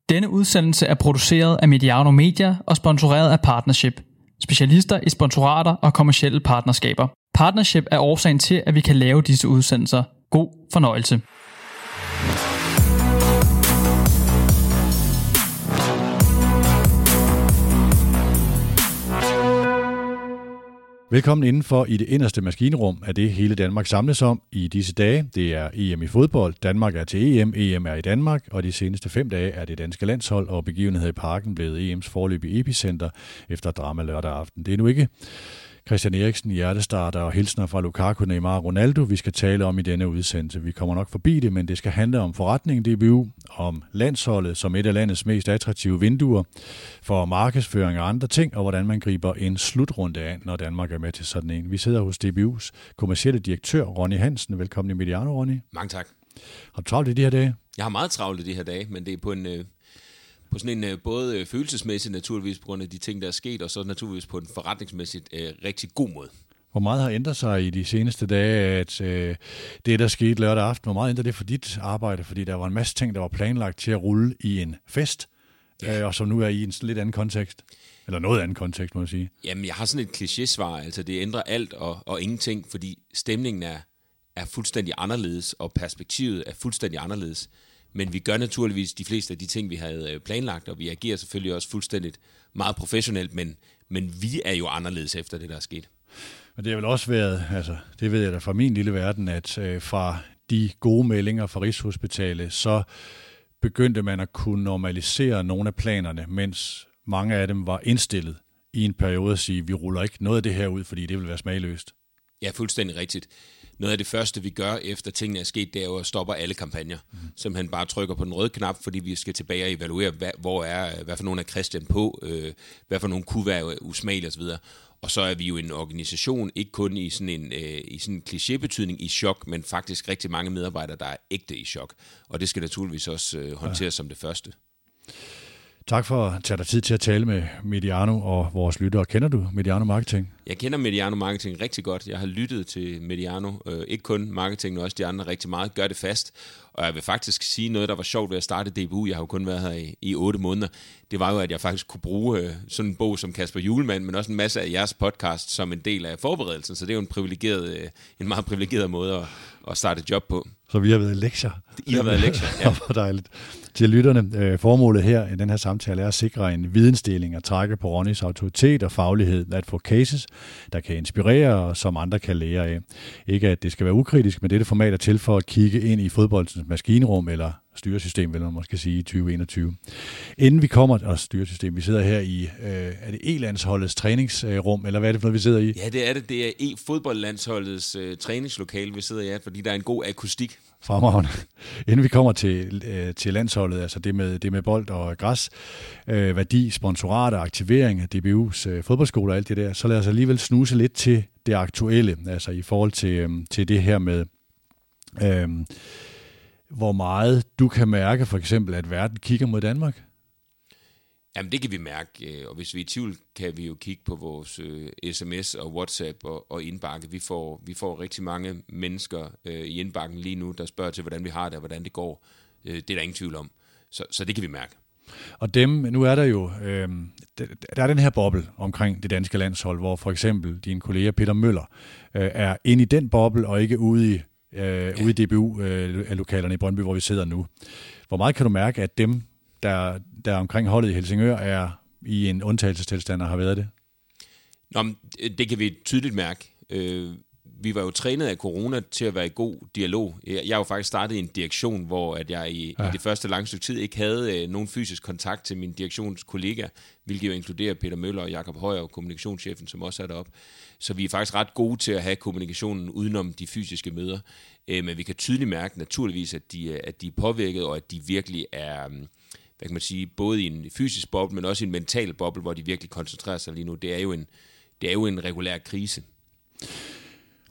Denne udsendelse er produceret af Mediano Media og sponsoreret af Partnership. Specialister i sponsorater og kommercielle partnerskaber. Partnership er årsagen til, at vi kan lave disse udsendelser. God fornøjelse. Velkommen indenfor i det inderste maskinerum af det hele Danmark samles om i disse dage. Det er EM i fodbold, Danmark er til EM, EM er i Danmark, og de seneste 5 dage er det danske landshold og begivenheder i parken blevet EM's foreløbige epicenter efter drama lørdag aften. Det er nu ikke Christian Eriksen, hjertestarter og hilsner fra Lukaku, Neymar og Ronaldo, vi skal tale om i denne udsendelse. Vi kommer nok forbi det, men det skal handle om forretningen DBU, om landsholdet som et af landets mest attraktive vinduer, for markedsføring og andre ting, og hvordan man griber en slutrunde af, når Danmark er med til sådan en. Vi sidder hos DBU's kommercielle direktør, Ronny Hansen. Velkommen i Mediano, Ronny. Mange tak. Har du travlt i de her dage? Jeg har meget travlt i de her dage, men det er på sådan en både følelsesmæssigt naturligvis på grund af de ting, der er sket, og så naturligvis på en forretningsmæssigt rigtig god måde. Hvor meget har ændret sig i de seneste dage, at det, der skete lørdag aften, hvor meget ændrer det for dit arbejde? Fordi der var en masse ting, der var planlagt til at rulle i en fest, og som nu er i en lidt anden kontekst. Eller noget anden kontekst, må jeg sige. Jamen, jeg har sådan et kliché-svar. Altså, det ændrer alt og ingenting, fordi stemningen er fuldstændig anderledes, og perspektivet er fuldstændig anderledes. Men vi gør naturligvis de fleste af de ting, vi havde planlagt, og vi agerer selvfølgelig også fuldstændigt meget professionelt, men vi er jo anderledes efter det, der er sket. Men det har vel også været, altså det ved jeg da fra min lille verden, at fra de gode meldinger fra Rigshospitalet, så begyndte man at kunne normalisere nogle af planerne, mens mange af dem var indstillet i en periode at sige, vi ruller ikke noget af det her ud, fordi det vil være smagløst. Ja, fuldstændig rigtigt. Noget af det første, vi gør efter tingene er sket, det er jo at stoppe alle kampagner. Simpelthen bare trykker på den røde knap, fordi vi skal tilbage og evaluere, hvad for nogle er Christian på, hvad for nogle kunne være usmagelige osv. Og så er vi jo en organisation, ikke kun i sådan en klichébetydning i chok, men faktisk rigtig mange medarbejdere, der er ægte i chok. Og det skal naturligvis også håndteres som det første. Tak for at tage dig tid til at tale med Mediano og vores lyttere. Kender du Mediano Marketing? Jeg kender Mediano Marketing rigtig godt. Jeg har lyttet til Mediano, ikke kun marketing, men også de andre rigtig meget. Gør det fast. Og jeg vil faktisk sige noget, der var sjovt ved at starte DBU. Jeg har jo kun været her i 8 måneder. Det var jo, at jeg faktisk kunne bruge sådan en bog som Kasper Hjulmand, men også en masse af jeres podcast som en del af forberedelsen. Så det er jo en meget privilegeret måde at starte et job på. Så vi har været lektier. I har været lektier, ja. Hvor dejligt. Til lytterne, formålet her i den her samtale er at sikre en vidensdeling og trække på Ronnys autoritet og faglighed, at få cases, der kan inspirere og som andre kan lære af. Ikke at det skal være ukritisk, men dette format er til for at kigge ind i fodboldens maskinerum eller styresystem, vil man måske sige, i 2021. Inden vi kommer til styresystem, vi sidder her i, er det E-landsholdets træningsrum, eller hvad er det for noget, vi sidder i? Ja, det er det. Det er E-fodboldlandsholdets træningslokale, vi sidder i, fordi der er en god akustik. Fremragende. Inden vi kommer til landsholdet, altså det med bold og græs, værdi, sponsorater, aktivering af DBU's fodboldskole og alt det der, så lad os alligevel snuse lidt til det aktuelle, altså i forhold til det her med, hvor meget du kan mærke, for eksempel, at verden kigger mod Danmark. Jamen det kan vi mærke, og hvis vi er i tvivl, kan vi jo kigge på vores sms og WhatsApp og indbakke. Vi får rigtig mange mennesker i indbakken lige nu, der spørger til, hvordan vi har det og hvordan det går. Det er der ingen tvivl om. Så det kan vi mærke. Og nu er der jo, der er den her boble omkring det danske landshold, hvor for eksempel din kollega Peter Møller er inde i den boble og ikke ude i DBU-lokalerne i Brøndby, hvor vi sidder nu. Hvor meget kan du mærke, at dem, der omkring holdet i Helsingør er i en undtagelsestilstand og har været det? Nå, det kan vi tydeligt mærke. Vi var jo trænet af corona til at være i god dialog. Jeg har jo faktisk startet i en direktion, hvor at jeg i det første lange stykke tid ikke havde nogen fysisk kontakt til min direktionskollega, hvilket jo inkluderer Peter Møller og Jakob Højer og kommunikationschefen, som også er deroppe. Så vi er faktisk ret gode til at have kommunikationen udenom de fysiske møder. Men vi kan tydeligt mærke naturligvis, at de er påvirket, og at de virkelig er, hvad kan man sige, både i en fysisk boble, men også i en mental boble, hvor de virkelig koncentrerer sig lige nu. Det er jo en regulær krise.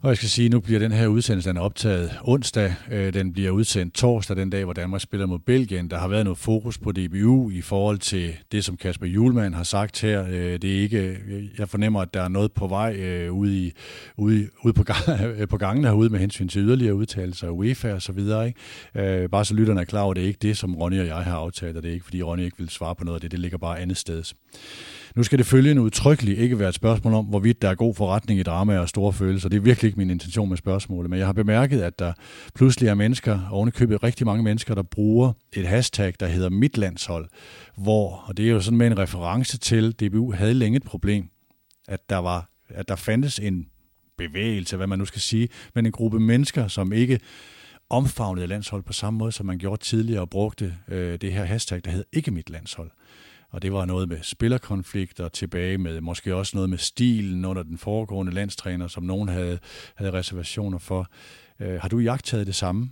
Og jeg skal sige, at nu bliver den her udsendelse optaget onsdag. Den bliver udsendt torsdag, den dag, hvor Danmark spiller mod Belgien. Der har været noget fokus på DBU i forhold til det, som Kasper Hjulmand har sagt her. Det er ikke, jeg fornemmer, at der er noget på vej ude på gangene herude med hensyn til yderligere udtalelser af UEFA og så videre. Ikke? Bare så lytterne er klar over, det er ikke det, som Ronny og jeg har aftalt, og det er ikke, fordi Ronny ikke vil svare på noget af det. Det ligger bare andet sted. Nu skal det følgende udtrykkeligt ikke være et spørgsmål om, hvorvidt der er god forretning i drama og store følelser. Det er virkelig ikke min intention med spørgsmålet, men jeg har bemærket, at der pludselig er mennesker, ovenikøbet rigtig mange mennesker, der bruger et hashtag, der hedder mitlandshold, og det er jo sådan med en reference til, DBU havde længe et problem, at der fandtes en bevægelse, hvad man nu skal sige, men en gruppe mennesker, som ikke omfavnede landshold på samme måde, som man gjorde tidligere og brugte det her hashtag, der hed ikke mit landshold. Og det var noget med spillerkonflikter tilbage med, måske også noget med stilen under den foregående landstræner, som nogen havde reservationer for. Har du iagttaget det samme?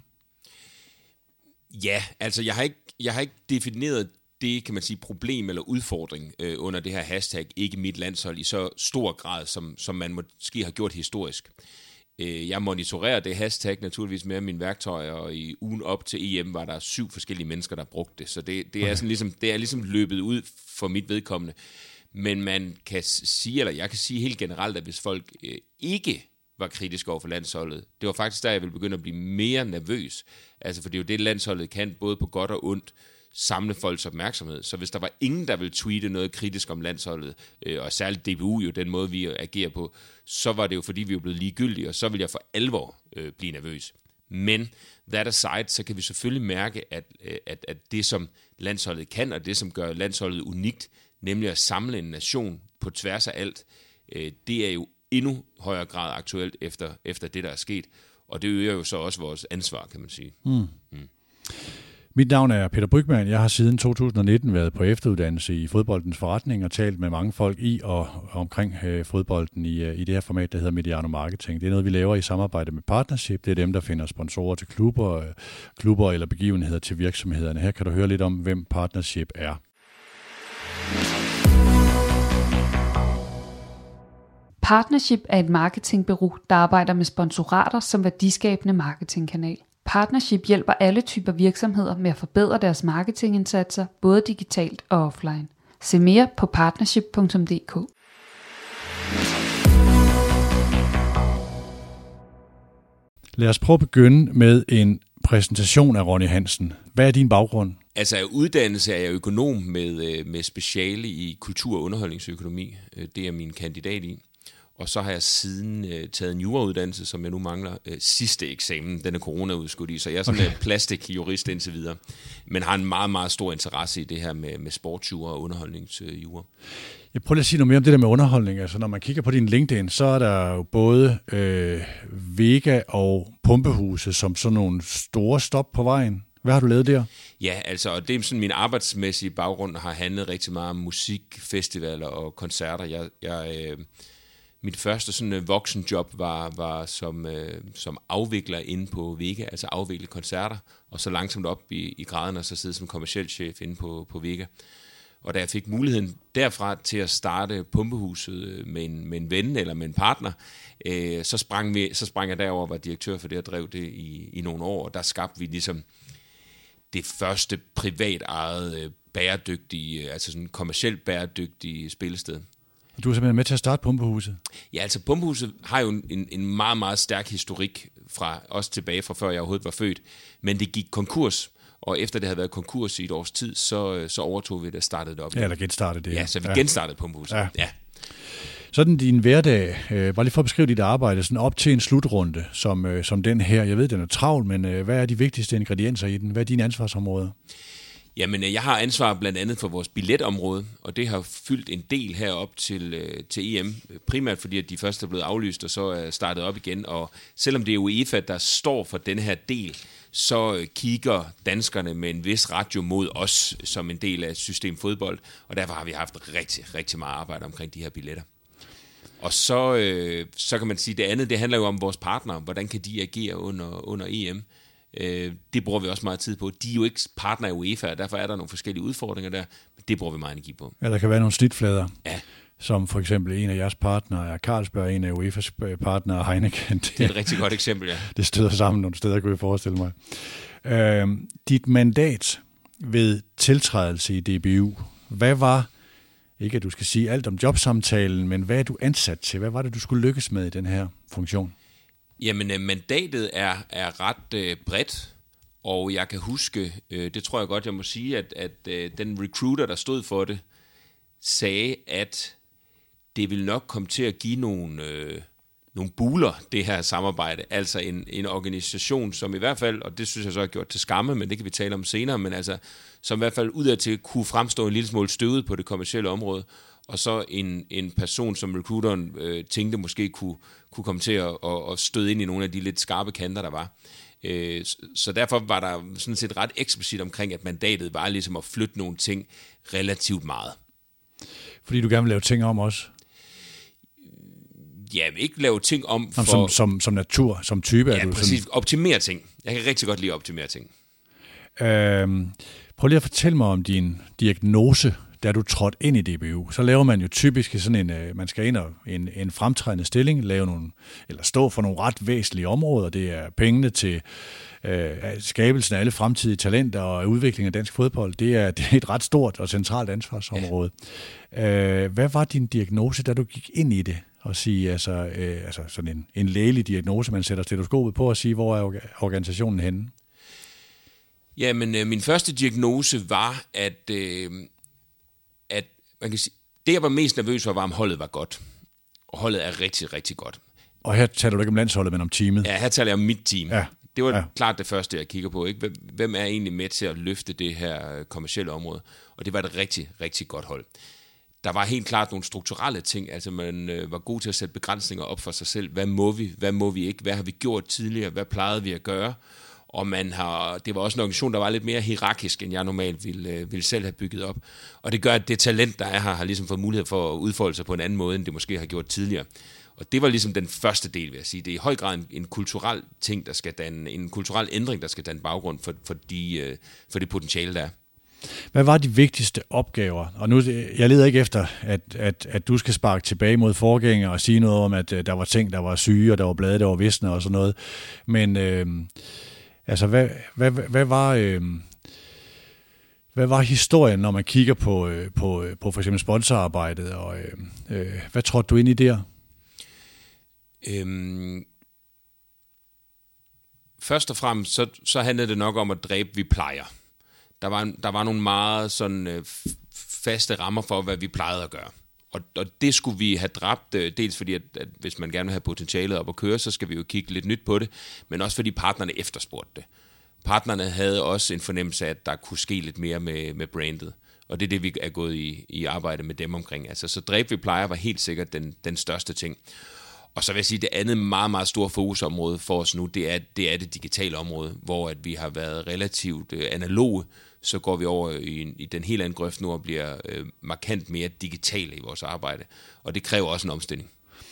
Ja, altså jeg har ikke defineret det, kan man sige, problem eller udfordring under det her hashtag ikke mit landshold i så stor grad, som man måske har gjort historisk. Jeg monitorerer det hashtag naturligvis med mine værktøjer, og i ugen op til EM var der 7 forskellige mennesker, der brugte det. Så det er sådan ligesom, det er ligesom løbet ud for mit vedkommende. Men man kan sige, eller jeg kan sige helt generelt, at hvis folk ikke var kritiske over for landsholdet, det var faktisk der, jeg ville begynde at blive mere nervøs. Altså, for det er jo det, landsholdet kan, både på godt og ondt, samle folks opmærksomhed. Så hvis der var ingen, der ville tweete noget kritisk om landsholdet, og særligt DBU jo, den måde, vi agerer på, så var det jo, fordi vi er blevet ligegyldige, og så ville jeg for alvor blive nervøs. Men that aside, så kan vi selvfølgelig mærke, at det, som landsholdet kan, og det, som gør landsholdet unikt, nemlig at samle en nation på tværs af alt, det er jo endnu højere grad aktuelt efter det, der er sket. Og det øger jo så også vores ansvar, kan man sige. Mit navn er Peter Brygmann. Jeg har siden 2019 været på efteruddannelse i fodboldens forretning og talt med mange folk i og omkring fodbolden i det her format, der hedder Mediano Marketing. Det er noget, vi laver i samarbejde med Partnership. Det er dem, der finder sponsorer til klubber eller begivenheder til virksomhederne. Her kan du høre lidt om, hvem Partnership er. Partnership er et marketingbureau, der arbejder med sponsorater som værdiskabende marketingkanal. Partnership hjælper alle typer virksomheder med at forbedre deres marketingindsatser, både digitalt og offline. Se mere på partnership.dk. Lad os prøve at begynde med en præsentation af Ronny Hansen. Hvad er din baggrund? Altså af uddannelse er jeg økonom med speciale i kultur- og underholdningsøkonomi. Det er min kandidat i. Og så har jeg siden taget en jurauddannelse, som jeg nu mangler sidste eksamen. Den er corona-udskudt i, så jeg er sådan en plastikjurist indtil videre. Men har en meget, meget stor interesse i det her med sportsjura og underholdningsjura. Jeg prøver lige at sige noget mere om det der med underholdning. Altså, når man kigger på din LinkedIn, så er der jo både Vega og Pumpehuse som sådan nogle store stop på vejen. Hvad har du lavet der? Ja, altså, og det er sådan min arbejdsmæssige baggrund har handlet rigtig meget om musik, festivaler og koncerter. Mit første sådan voksenjob var som afvikler inde på Vega, altså afvikle koncerter, og så langsomt op i graden, og så sidde som kommerciel chef inde på Vega. Og da jeg fik muligheden derfra til at starte Pumpehuset med en ven eller med en partner, så sprang jeg derover og var direktør for det og drev det i nogle år, og der skabte vi ligesom det første privat eget bæredygtige, altså sådan kommercielt bæredygtige spillested. Du er simpelthen med til at starte Pumpehuset? Ja, altså Pumpehuset har jo en meget, meget stærk historik også tilbage fra før jeg overhovedet var født, men det gik konkurs, og efter det havde været konkurs i et års tid, så overtog vi det og startede det op. Ja, eller genstartede det. Ja, så vi genstartede Pumpehuset. Ja. Sådan din hverdag, bare lige for at beskrive dit arbejde, sådan op til en slutrunde som den her. Jeg ved, den er travl, men hvad er de vigtigste ingredienser i den? Hvad er dine ansvarsområder? Jamen, jeg har ansvar blandt andet for vores billetområde, og det har fyldt en del herop til EM, primært fordi at de først er blevet aflyst, og så er startet op igen, og selvom det er UEFA, der står for den her del, så kigger danskerne med en vis ratio mod os som en del af system fodbold, og derfor har vi haft rigtig, rigtig meget arbejde omkring de her billetter. Og så kan man sige, det andet, det handler jo om vores partnere, hvordan kan de agere under EM. Det bruger vi også meget tid på. De er jo ikke partner i UEFA, og derfor er der nogle forskellige udfordringer der, men det bruger vi meget energi på. Ja, der kan være nogle snitflader. Ja. som for eksempel en af jeres partnere er Carlsberg, en af UEFA's partnere er Heineken. Det er et rigtig godt eksempel, ja. Det støder sammen nogle steder, kunne jeg forestille mig. Dit mandat ved tiltrædelse i DBU, hvad var, ikke at du skal sige alt om jobsamtalen, men hvad er du ansat til? Hvad var det, du skulle lykkes med i den her funktion? Jamen, mandatet er ret bredt, og jeg kan huske, det tror jeg godt, jeg må sige, at den recruiter, der stod for det, sagde, at det ville nok komme til at give nogle buler, det her samarbejde. Altså en organisation, som i hvert fald, og det synes jeg så har gjort til skamme, men det kan vi tale om senere, men altså, som i hvert fald udadtil kunne fremstå en lille smule støvet på det kommercielle område, og så en person, som recruiteren tænkte måske kunne komme til at støde ind i nogle af de lidt skarpe kanter, der var. Så derfor var der sådan set ret eksplicit omkring, at mandatet var ligesom at flytte nogle ting relativt meget. Fordi du gerne vil lave ting om også? Ja, ikke lave ting om for... Som natur, som type? Ja, er du præcis. Sådan... Optimere ting. Jeg kan rigtig godt lide at optimere ting. Prøv lige at fortælle mig om din diagnose, da du trådte ind i DBU. Så laver man jo typisk sådan man skal ind og en fremtrædende stilling, stå for nogle ret væsentlige områder. Det er pengene til skabelsen af alle fremtidige talenter og udviklingen af dansk fodbold. Det er et ret stort og centralt ansvarsområde. Ja. Hvad var din diagnose, da du gik ind i det? Og sige, altså sådan en lægelig diagnose, man sætter stetoskopet på og sige, hvor er organisationen henne? Ja, men min første diagnose var, at man kan sige, det jeg var mest nervøs for, var, om holdet var godt. Og holdet er rigtig, rigtig godt. Og her taler du ikke om landsholdet, men om teamet? Ja, her taler jeg om mit team. Ja. Det var klart det første, jeg kigger på. Ikke? Hvem er egentlig med til at løfte det her kommercielle område? Og det var et rigtig, rigtig godt hold. Der var helt klart nogle strukturelle ting, altså man var god til at sætte begrænsninger op for sig selv. Hvad må vi ikke? Hvad har vi gjort tidligere? Hvad plejede vi at gøre? Og det var også en organisation, der var lidt mere hierarkisk, end jeg normalt ville selv have bygget op. Og det gør, at det talent, der er her, har ligesom fået mulighed for at udfolde sig på en anden måde, end det måske har gjort tidligere. Og det var ligesom den første del, vil jeg sige. Det er i høj grad en kulturel ting, der skal danne, en kulturel ændring, der skal danne baggrund for det potentiale, der er. Hvad var de vigtigste opgaver? Og nu, jeg leder ikke efter, at du skal sparke tilbage mod forgænger og sige noget om, at der var ting, der var syge, og der var blade, der var visne og sådan noget. Men hvad var historien, når man kigger på for eksempel sponsorarbejdet? Og hvad trådte du ind i der? Først og fremmest, så handlede det nok om at dræbe, vi plejer. Der var nogle meget sådan faste rammer for, hvad vi plejede at gøre. Og det skulle vi have dræbt, dels fordi, at hvis man gerne vil have potentialet op at køre, så skal vi jo kigge lidt nyt på det, men også fordi partnerne efterspurgte det. Partnerne havde også en fornemmelse af, at der kunne ske lidt mere med brandet. Og det er det, vi er gået i arbejde med dem omkring. Altså, så dræb vi plejer var helt sikkert den største ting. Og så vil jeg sige, at det andet meget, meget store fokusområde for os nu, det er det digitale område, hvor at vi har været relativt analoge, så går vi over i den helt anden grøft nu og bliver markant mere digitale i vores arbejde. Og det kræver også en omstilling.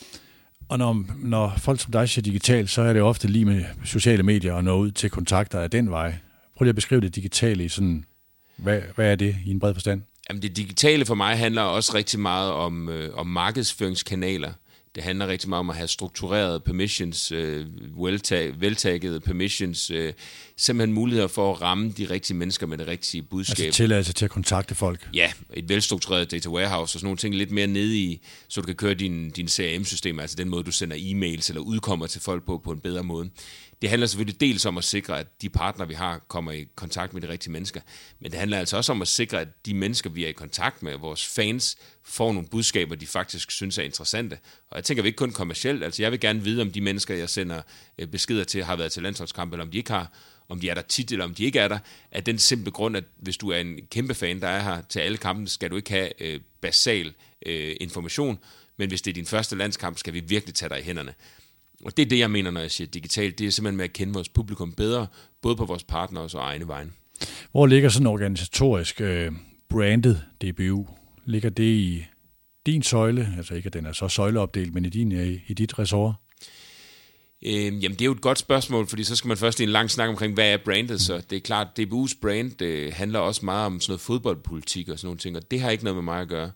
Og når folk som dig siger digitalt, så er det ofte lige med sociale medier og nå ud til kontakter af den vej. Prøv lige at beskrive det digitale i sådan, hvad er det i en bred forstand? Jamen det digitale for mig handler også rigtig meget om markedsføringskanaler. Det handler rigtig meget om at have strukturerede permissions, veltaggede permissions, simpelthen muligheder for at ramme de rigtige mennesker med det rigtige budskab. Altså tilladelse til at kontakte folk? Ja, et velstruktureret data warehouse og sådan nogle ting lidt mere nede i, så du kan køre din CRM-system, altså den måde, du sender e-mails eller udkommer til folk på en bedre måde. Det handler selvfølgelig dels om at sikre, at de partnere, vi har, kommer i kontakt med de rigtige mennesker. Men det handler altså også om at sikre, at de mennesker, vi er i kontakt med, vores fans, får nogle budskaber, de faktisk synes er interessante. Og jeg tænker vi ikke kun kommercielt. Altså jeg vil gerne vide, om de mennesker, jeg sender beskeder til, har været til landsholdskamp, eller om de ikke har. Om de er der tit, eller om de ikke er der. Af den simple grund, at hvis du er en kæmpe fan, der er her til alle kampen, skal du ikke have basal information. Men hvis det er din første landskamp, skal vi virkelig tage dig i hænderne. Og det er det, jeg mener, når jeg siger digitalt. Det er simpelthen med at kende vores publikum bedre, både på vores partners og egne vegne. Hvor ligger sådan organisatorisk brandet DBU? Ligger det i din søjle? Altså ikke, at den er så søjleopdelt, men i dit ressort? Jamen, det er jo et godt spørgsmål, fordi så skal man først i en lang snak omkring, hvad er brandet så? Det er klart, DBU's brand handler også meget om sådan noget fodboldpolitik og sådan nogle ting, og det har ikke noget med mig at gøre.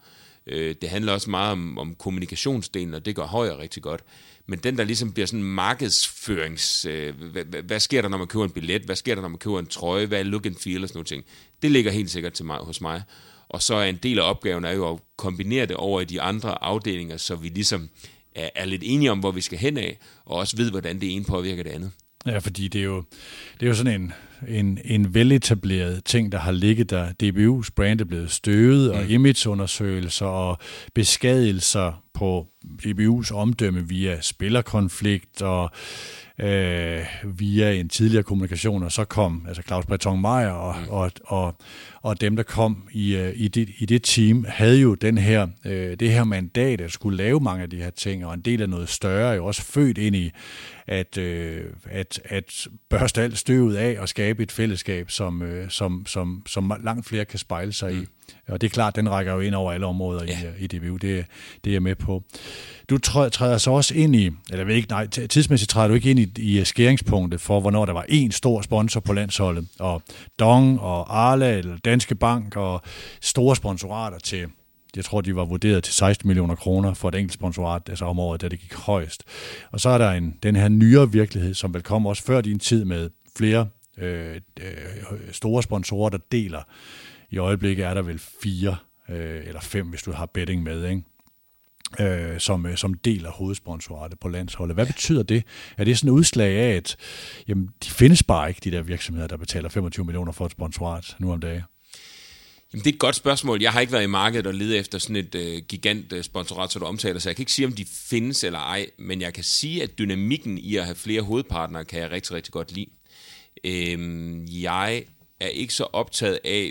Det handler også meget om kommunikationsdelen, og det gør Højer rigtig godt. Men den, der ligesom bliver sådan markedsførings... hvad sker der, når man køber en billet? Hvad sker der, når man køber en trøje? Hvad er look and feel og sådan noget ting? Det ligger helt sikkert hos mig. Og så er en del af opgaven er jo at kombinere det over i de andre afdelinger, så vi ligesom er lidt enige om, hvor vi skal hen af, og også ved, hvordan det ene påvirker det andet. Ja, fordi det er jo sådan en veletableret ting, der har ligget der. DBU's brand er blevet støvet, og imageundersøgelser og beskadigelser på DBU's omdømme via spillerkonflikt og via en tidligere kommunikation, og så kom altså Claus Breton Meyer og dem, der kom i det team, havde jo det her mandat at skulle lave mange af de her ting, og en del af noget større er jo også født ind i at børste alt støvet af og skabe et fællesskab, som langt flere kan spejle sig i. Og det er klart, den rækker jo ind over alle områder i DBU. Det er jeg med på. Du træder så også ind i, tidsmæssigt træder du ikke ind i skæringspunktet for, hvornår der var en stor sponsor på landsholdet, og Dong og Arla eller Danske Bank og store sponsorater til, jeg tror, de var vurderet til 16 millioner kroner for et enkelt sponsorat, altså om året, da det gik højst. Og så er der den her nyere virkelighed, som vel kom også før din tid med flere store sponsorer, der deler. I øjeblikket er der vel 4 eller 5, hvis du har betting med, ikke? Som deler hovedsponsoratet på landsholdet. Hvad betyder det? Er det sådan et udslag af, at jamen, de findes bare ikke, de der virksomheder, der betaler 25 millioner for et sponsorat nu om dagen? Jamen, det er et godt spørgsmål. Jeg har ikke været i markedet og ledet efter sådan et gigant sponsorat, så du omtaler, så jeg kan ikke sige, om de findes eller ej, men jeg kan sige, at dynamikken i at have flere hovedpartnere kan jeg rigtig, rigtig godt lide. Jeg er ikke så optaget af,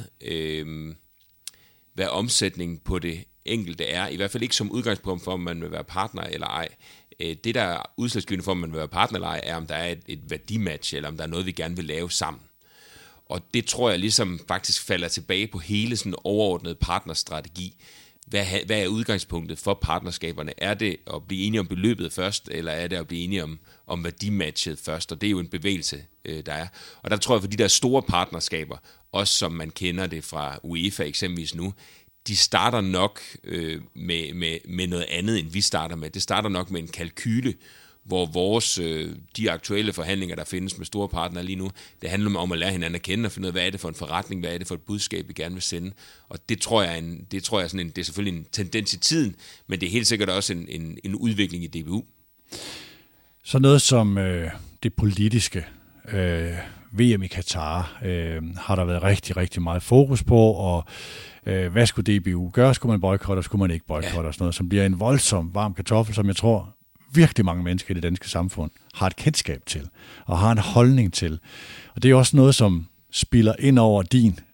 hvad omsætningen på det enkelte er. I hvert fald ikke som udgangspunkt for, om man vil være partner eller ej. Det, der er udslagsgivende for, om man vil være partner eller ej, er, om der er et værdimatch, eller om der er noget, vi gerne vil lave sammen. Og det tror jeg ligesom faktisk falder tilbage på hele sådan overordnet partnerstrategi. Hvad er udgangspunktet for partnerskaberne? Er det at blive enige om beløbet først, eller er det at blive enige om værdimatchet først? Og det er jo en bevægelse, der er. Og der tror jeg, for de der store partnerskaber, også som man kender det fra UEFA eksempelvis nu, de starter nok med noget andet, end vi starter med. Det starter nok med en kalkyle, hvor de aktuelle forhandlinger, der findes med store partnere lige nu, det handler om at lære hinanden at kende og finde ud af, hvad er det for en forretning, hvad er det for et budskab, vi gerne vil sende. Og det tror jeg det er selvfølgelig en tendens i tiden, men det er helt sikkert også en udvikling i DBU. Så noget som det politiske VM i Katar har der været rigtig, rigtig meget fokus på, og hvad skulle DBU gøre? Skulle man boykotte, skulle man ikke boykotte, og sådan noget, som bliver en voldsom varm kartoffel, som jeg tror virkelig mange mennesker i det danske samfund har et kendskab til, og har en holdning til. Og det er også noget, som spiller ind over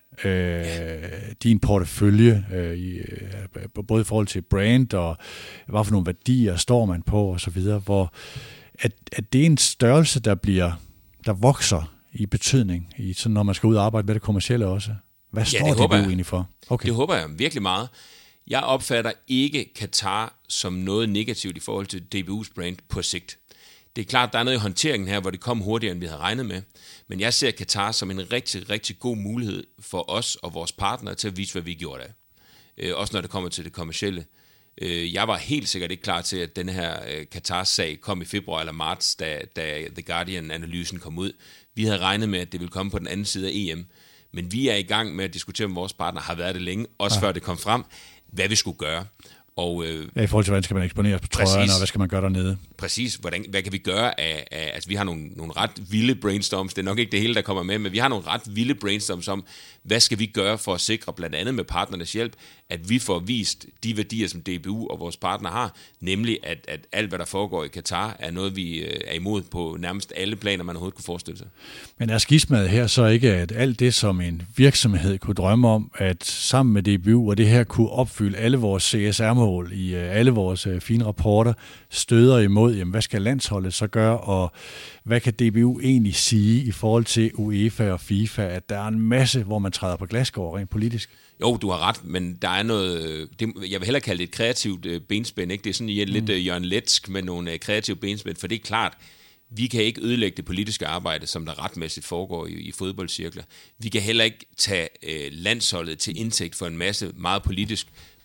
din portefølje, både i forhold til brand, og hvad for nogle værdier står man på, og så videre, hvor at det er en størrelse, der vokser i betydning, sådan når man skal ud og arbejde med det kommercielle også. Hvad står DBU egentlig for? Okay. Det håber jeg virkelig meget. Jeg opfatter ikke Katar som noget negativt i forhold til DBU's brand på sigt. Det er klart, der er noget i håndteringen her, hvor det kom hurtigere, end vi havde regnet med. Men jeg ser Katar som en rigtig, rigtig god mulighed for os og vores partnere til at vise, hvad vi gjorde af. Også når det kommer til det kommercielle. Jeg var helt sikkert ikke klar til, at denne her Katar-sag kom i februar eller marts, da The Guardian-analysen kom ud. Vi havde regnet med, at det ville komme på den anden side af EM. Men vi er i gang med at diskutere med vores partner, har været det længe, også før det kom frem, hvad vi skulle gøre. Og, i forhold til, hvordan skal man eksponere på trøjerne, og hvad skal man gøre dernede? Præcis. hvad kan vi gøre af altså vi har nogle ret vilde brainstorms, det er nok ikke det hele, der kommer med, men vi har nogle ret vilde brainstorms om, hvad skal vi gøre for at sikre, blandt andet med partnernes hjælp, at vi får vist de værdier, som DBU og vores partner har, nemlig at alt, hvad der foregår i Katar, er noget, vi er imod på nærmest alle planer, man overhovedet kunne forestille sig. Men er skismadet her så ikke, at alt det, som en virksomhed kunne drømme om, at sammen med DBU og det her kunne opfylde alle vores CSR-mål i alle vores fine rapporter, støder imod, jamen hvad skal landsholdet så gøre, og hvad kan DBU egentlig sige i forhold til UEFA og FIFA, at der er en masse, hvor man træder på glasgård rent politisk? Jo, du har ret, men der er noget, jeg vil hellere kalde det et kreativt benspænd, ikke? Det er sådan lidt Jørgen Letsk med nogle kreative benspænd, for det er klart, vi kan ikke ødelægge det politiske arbejde, som der retmæssigt foregår i fodboldcirkler. Vi kan heller ikke tage landsholdet til indtægt for en masse meget politisk,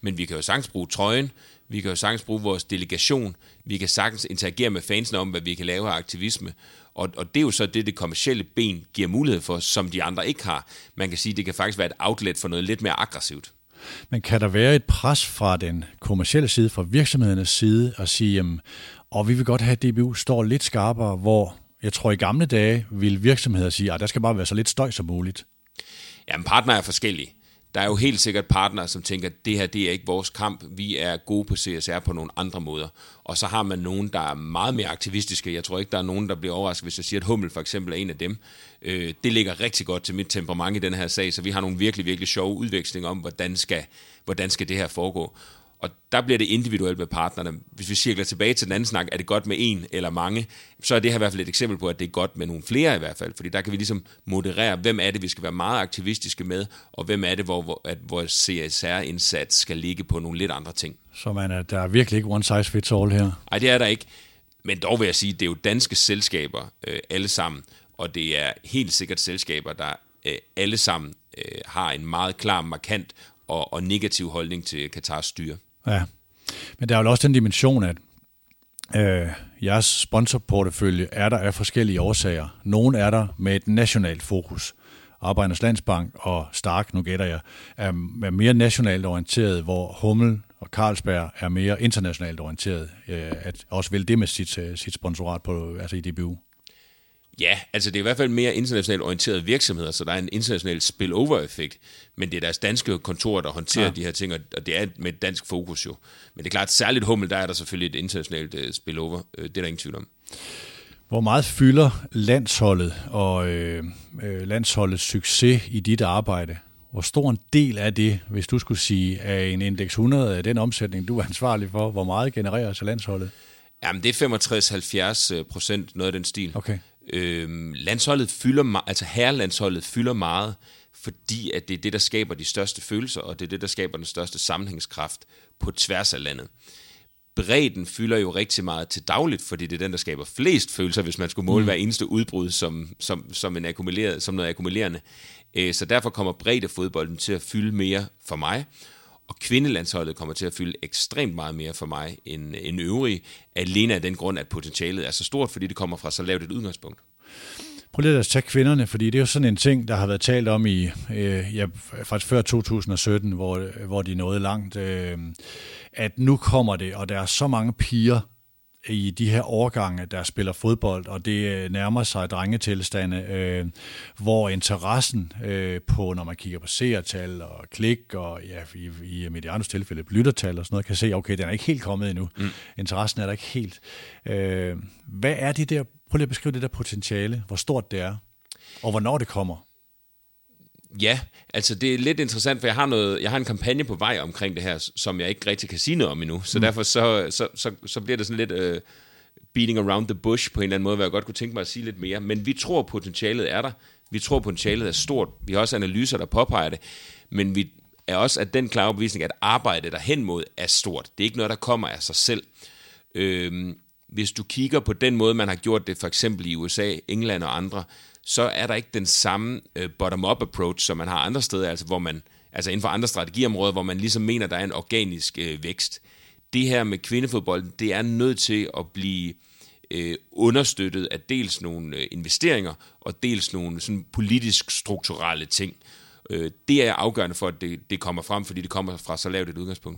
men vi kan jo sagtens bruge trøjen, vi kan jo sagtens bruge vores delegation, vi kan sagtens interagere med fansene om, hvad vi kan lave af aktivisme, og det er jo så det kommercielle ben giver mulighed for, som de andre ikke har. Man kan sige, at det kan faktisk være et outlet for noget lidt mere aggressivt. Men kan der være et pres fra den kommercielle side, fra virksomhedernes side, at sige, og vi vil godt have, at DBU står lidt skarpere, hvor jeg tror i gamle dage ville virksomheder sige, at der skal bare være så lidt støj som muligt? Jamen, partnere er forskellige. Der er jo helt sikkert partnere, som tænker, at det her det er ikke vores kamp, vi er gode på CSR på nogle andre måder. Og så har man nogen, der er meget mere aktivistiske. Jeg tror ikke, der er nogen, der bliver overrasket, hvis jeg siger, at Hummel for eksempel er en af dem. Det ligger rigtig godt til mit temperament i den her sag, så vi har nogle virkelig, virkelig sjove udvekslinger om, hvordan skal det her foregå. Og der bliver det individuelt med partnerne. Hvis vi cirkler tilbage til den anden snak, er det godt med en eller mange, så er det her i hvert fald et eksempel på, at det er godt med nogle flere i hvert fald. Fordi der kan vi ligesom moderere, hvem er det, vi skal være meget aktivistiske med, og hvem er det, hvor CSR-indsats skal ligge på nogle lidt andre ting. Så der er virkelig ikke one size fits all her? Nej, det er der ikke. Men dog vil jeg sige, det er jo danske selskaber alle sammen, og det er helt sikkert selskaber, der alle sammen har en meget klar, markant og negativ holdning til Katars styre. Ja, men der er jo også den dimension, at jeres sponsorportefølje er der af forskellige årsager. Nogle er der med et nationalt fokus. Arbejdernes Landsbank og Stark, nu gætter jeg, er mere nationalt orienteret, hvor Hummel og Carlsberg er mere internationalt orienteret. At også vil det med sit sponsorat på, altså i DBU. Ja, altså det er i hvert fald mere internationalt orienterede virksomheder, så der er en international spillover-effekt, men det er deres danske kontorer, der håndterer de her ting, og det er med et dansk fokus jo. Men det er klart, særligt Hummel, der er der selvfølgelig et internationalt spillover, det er der ingen tvivl om. Hvor meget fylder landsholdet og landsholdets succes i dit arbejde? Hvor stor en del af det, hvis du skulle sige, af en indeks 100 af den omsætning, du er ansvarlig for, hvor meget genererer sig landsholdet? Jamen det er 65-70%, noget af den stil. Okay. Landsholdet fylder altså herrelandsholdet fylder meget, fordi at det er det, der skaber de største følelser, og det er det, der skaber den største sammenhængskraft på tværs af landet. Bredden fylder jo rigtig meget til dagligt, fordi det er den, der skaber flest følelser, hvis man skulle måle hver eneste udbrud som noget akkumulerende. Så derfor kommer breddefodbolden til at fylde mere for mig, og kvindelandsholdet kommer til at fylde ekstremt meget mere for mig end øvrige, alene af den grund, at potentialet er så stort, fordi det kommer fra så lavt et udgangspunkt. Prøv lige at tage kvinderne, fordi det er jo sådan en ting, der har været talt om i faktisk før 2017, hvor de nåede langt, at nu kommer det, og der er så mange piger i de her årgange, der spiller fodbold, og det nærmer sig drengetilstande, hvor interessen på, når man kigger på seertal og klik, og i Medianos tilfælde lyttertal og sådan noget, kan se, okay, den er ikke helt kommet endnu. Interessen er der ikke helt. Hvad er det der? Prøv lige at beskrive det der potentiale, hvor stort det er, og hvornår det kommer. Ja, altså det er lidt interessant, for jeg har en kampagne på vej omkring det her, som jeg ikke rigtig kan sige noget om endnu, så derfor så bliver det sådan lidt beating around the bush på en eller anden måde, hvor jeg godt kunne tænke mig at sige lidt mere, men vi tror, potentialet er der, vi tror, potentialet er stort, vi har også analyser, der påpeger det, men vi er også af den klare overbevisning, at arbejdet derhen mod er stort. Det er ikke noget, der kommer af sig selv. Hvis du kigger på den måde, man har gjort det for eksempel i USA, England og andre, så er der ikke den samme bottom-up approach, som man har andre steder, altså inden for andre strategiområder, hvor man ligesom mener, der er en organisk vækst. Det her med kvindefodbold, det er nødt til at blive understøttet af dels nogle investeringer, og dels nogle sådan politisk strukturelle ting. Det er afgørende for, at det kommer frem, fordi det kommer fra så lavt et udgangspunkt.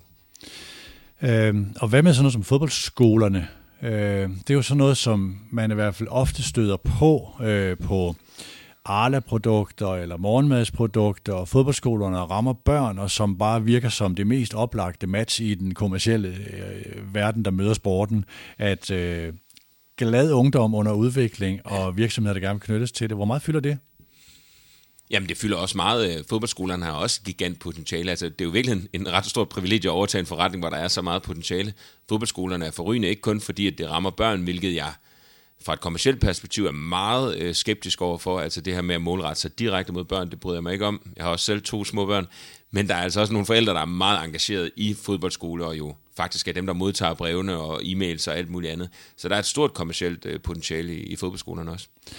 Og hvad med sådan noget som fodboldskolerne? Det er jo sådan noget, som man i hvert fald ofte støder på Arla-produkter eller morgenmadsprodukter, og fodboldskolerne rammer børn, og som bare virker som det mest oplagte match i den kommercielle verden, der møder sporten, at glad ungdom under udvikling og virksomheder, der gerne vil knyttes til det. Hvor meget fylder det? Jamen det fylder også meget. Fodboldskolerne har også gigant potentiale. Altså, det er jo virkelig en ret stor privilegie at overtage en forretning, hvor der er så meget potentiale. Fodboldskolerne er forrygende, ikke kun fordi, at det rammer børn, hvilket jeg fra et kommercielt perspektiv er meget skeptisk overfor. Altså det her med at målrette sig direkte mod børn, det bryder jeg mig ikke om. Jeg har også selv 2 små børn. Men der er altså også nogle forældre, der er meget engageret i fodboldskoler, og jo faktisk er dem, der modtager brevene og e-mails og alt muligt andet. Så der er et stort kommercielt potentiale i fodboldskolerne også.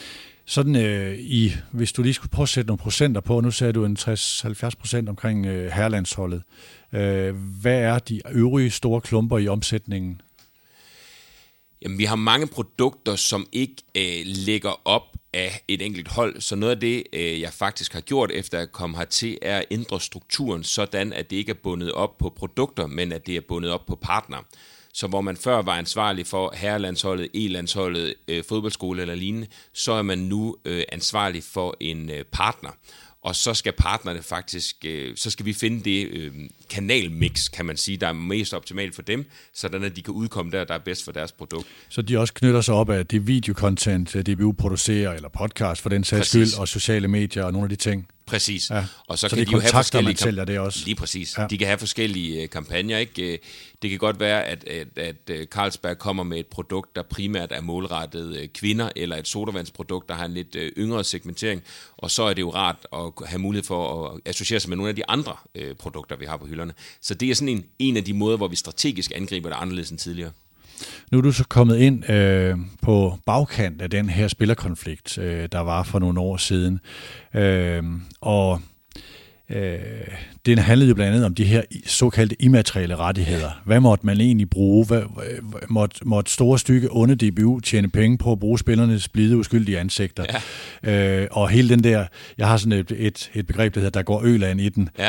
Sådan hvis du lige skulle prøve at sætte nogle procenter på, nu sagde du en 60-70% omkring herrelandsholdet. Hvad er de øvrige store klumper i omsætningen? Jamen, vi har mange produkter, som ikke ligger op af et enkelt hold, så noget af det, jeg faktisk har gjort efter at komme hertil, er at ændre strukturen, sådan at det ikke er bundet op på produkter, men at det er bundet op på partner. Så hvor man før var ansvarlig for herrelandsholdet, E-landsholdet, fodboldskole eller lignende, så er man nu ansvarlig for en partner. Og så skal partnerne faktisk, så skal vi finde det kanalmix, kan man sige, der er mest optimalt for dem, sådan at de kan udkomme der er bedst for deres produkt. Så de også knytter sig op af det videocontent, DBU producerer, eller podcast for den sags skyld, og sociale medier og nogle af de ting? Præcis. Ja. Og så kan de jo have forskellige man sælger det også. Lige præcis. Ja. De kan have forskellige kampagner, ikke? Det kan godt være, at Carlsberg kommer med et produkt, der primært er målrettet kvinder, eller et sodavandsprodukt, der har en lidt yngre segmentering, og så er det jo rart at have mulighed for at associere sig med nogle af de andre produkter, vi har på hylderne. Så det er sådan en af de måder, hvor vi strategisk angriber det anderledes end tidligere. Nu er du så kommet ind på bagkant af den her spillerkonflikt, der var for nogle år siden. Det handlede jo blandt andet om de her såkaldte immaterielle rettigheder. Hvad måtte man egentlig bruge? Måtte store stykke onde DBU tjene penge på at bruge spillernes blide, uskyldige ansigter? Ja. Og hele den der, jeg har sådan et begreb, der hedder, der går øland i den,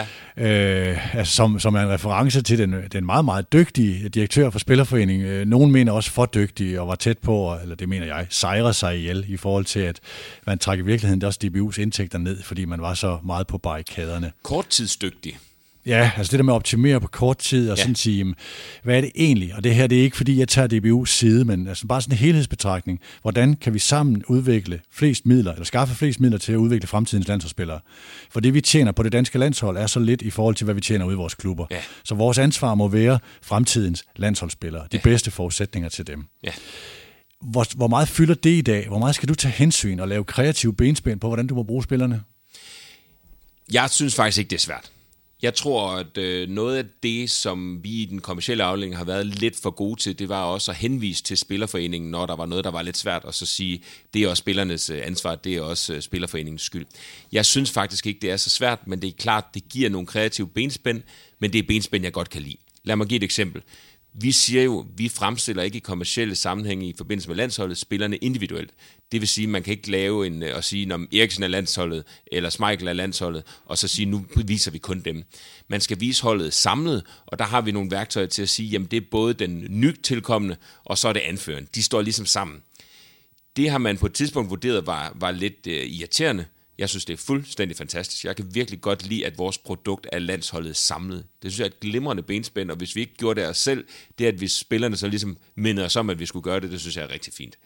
som er en reference til den meget, meget dygtige direktør for Spillerforeningen. Nogen mener også for dygtig og var tæt på, eller det mener jeg, sejre sig ihjel i forhold til, at man trækker i virkeligheden også DBU's indtægter ned, fordi man var så meget på barrikaderne. Korttidsdygtig. Ja, altså det der med at optimere på kort tid og sådan sige, hvad er det egentlig? Og det her, det er ikke fordi, jeg tager DBU's side, men altså bare sådan en helhedsbetragtning. Hvordan kan vi sammen udvikle flest midler, eller skaffe flest midler til at udvikle fremtidens landsholdsspillere? For det, vi tjener på det danske landshold, er så lidt i forhold til, hvad vi tjener ude i vores klubber. Ja. Så vores ansvar må være fremtidens landsholdsspillere. De bedste forudsætninger til dem. Ja. Hvor meget fylder det i dag? Hvor meget skal du tage hensyn og lave kreative benspænd på, hvordan du må bruge spillerne? Jeg synes faktisk ikke, det er svært. Jeg tror, at noget af det, som vi i den kommercielle afdeling har været lidt for gode til, det var også at henvise til Spillerforeningen, når der var noget, der var lidt svært, og så sige, det er også spillernes ansvar, det er også Spillerforeningens skyld. Jeg synes faktisk ikke, det er så svært, men det er klart, det giver nogle kreative benspænd, men det er benspænd, jeg godt kan lide. Lad mig give et eksempel. Vi siger jo, vi fremstiller ikke i kommercielle sammenhænge i forbindelse med landsholdet spillerne individuelt. Det vil sige, at man kan ikke lave og sige, når Eriksen er landsholdet, eller Schmeichel er landsholdet, og så sige, nu viser vi kun dem. Man skal vise holdet samlet, og der har vi nogle værktøjer til at sige, jamen det er både den nytilkommende, og så er det anføreren. De står ligesom sammen. Det har man på et tidspunkt vurderet var lidt irriterende. Jeg synes, det er fuldstændig fantastisk. Jeg kan virkelig godt lide, at vores produkt er landsholdet samlet. Det synes jeg er et glimrende benspænd, og hvis vi ikke gjorde det af os selv, det at vi spillerne så ligesom mindede os om, at vi skulle gøre det, det synes jeg er rigtig fint.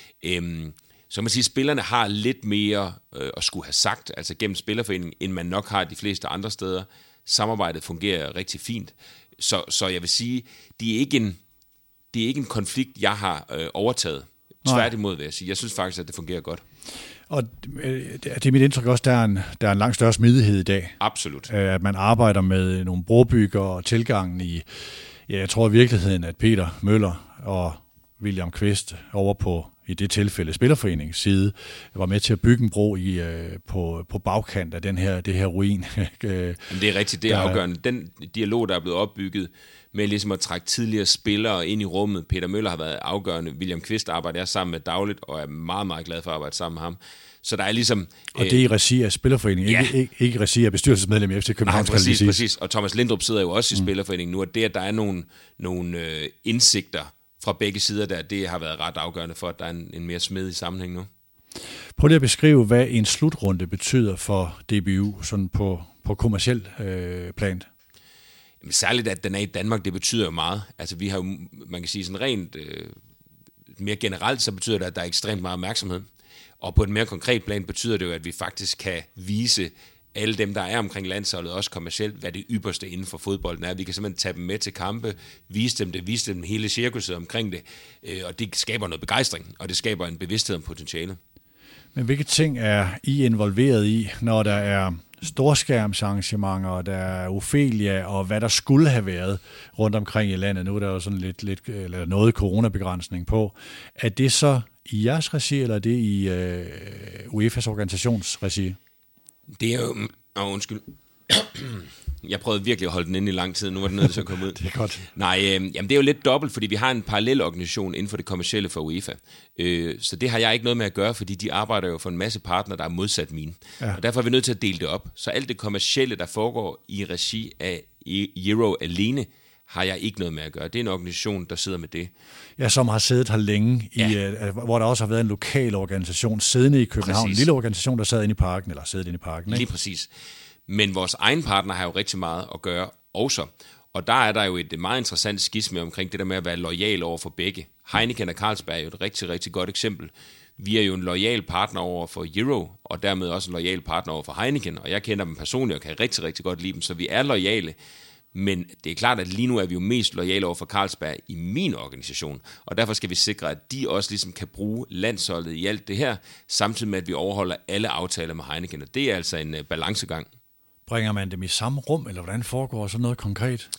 Så man siger, at spillerne har lidt mere at skulle have sagt, altså gennem Spillerforeningen, end man nok har de fleste andre steder. Samarbejdet fungerer rigtig fint. Så jeg vil sige, det er ikke en konflikt, jeg har overtaget. Tværtimod vil jeg sige. Jeg synes faktisk, at det fungerer godt. Og det er mit indtryk også, der er en langt større smidighed i dag. Absolut. At man arbejder med nogle brobygger og tilgangen i, jeg tror i virkeligheden, at Peter Møller og William Kvist over på, i det tilfælde, Spillerforeningens side, var med til at bygge en bro på bagkant af det her ruin. Det er rigtigt, det er afgørende. Den dialog, der er blevet opbygget med ligesom at trække tidligere spillere ind i rummet. Peter Møller har været afgørende. William Kvist arbejder jeg sammen med dagligt, og er meget, meget glad for at arbejde sammen med ham. Så der er ligesom... Og det er i regi af Spillerforeningen, ikke i regi af bestyrelsesmedlem i FC København. Nej, præcis. Og Thomas Lindrup sidder jo også i Spillerforeningen nu, og det, at der er nogle indsigter fra begge sider, det har været ret afgørende for, at der er en mere smidig sammenhæng nu. Prøv lige at beskrive, hvad en slutrunde betyder for DBU sådan på kommerciel plan. Jamen, særligt, at den er i Danmark, det betyder jo meget. Altså, vi har jo, man kan sige sådan rent mere generelt, så betyder det, at der er ekstremt meget opmærksomhed. Og på et mere konkret plan betyder det jo, at vi faktisk kan vise alle dem, der er omkring landsholdet, også kommercielt, hvad det ypperste inden for fodbolden er. Vi kan simpelthen tage dem med til kampe, vise dem hele cirkuset omkring det, og det skaber noget begejstring, og det skaber en bevidsthed om potentialet. Men hvilke ting er I involveret i, når der er storskærmsarrangementer, og der er Ophelia, og hvad der skulle have været rundt omkring i landet? Nu er der jo sådan lidt eller noget coronabegrænsning på. Er det så i jeres regi, eller er det i UEFA's organisationsregi? Det er jo... undskyld. Jeg prøvede virkelig at holde den inde i lang tid, nu var den nødt til at komme ud. Det er godt. Nej, jamen det er jo lidt dobbelt, fordi vi har en parallel organisation inden for det kommercielle for UEFA. Så det har jeg ikke noget med at gøre, fordi de arbejder jo for en masse partnere, der er modsat mine. Ja. Og derfor er vi nødt til at dele det op. Så alt det kommercielle, der foregår i regi af Euro alene, har jeg ikke noget med at gøre. Det er en organisation, der sidder med det. Ja, som har siddet her længe, hvor der også har været en lokal organisation siddende i København. Præcis. En lille organisation, der sad inde i parken, eller sidder inde i parken. Ikke? Lige præcis. Men vores egen partner har jo rigtig meget at gøre også. Og der er der jo et meget interessant skisme omkring det der med at være lojal over for begge. Heineken og Carlsberg er jo et rigtig, rigtig godt eksempel. Vi er jo en lojal partner over for Euro, og dermed også en lojal partner over for Heineken. Og jeg kender dem personligt og kan rigtig, rigtig godt lide dem, så vi er lojale. Men det er klart, at lige nu er vi jo mest lojale over for Carlsberg i min organisation, og derfor skal vi sikre, at de også ligesom kan bruge landsholdet i alt det her, samtidig med, at vi overholder alle aftaler med Heineken, og det er altså en balancegang. Bringer man dem i samme rum, eller hvordan foregår sådan noget konkret?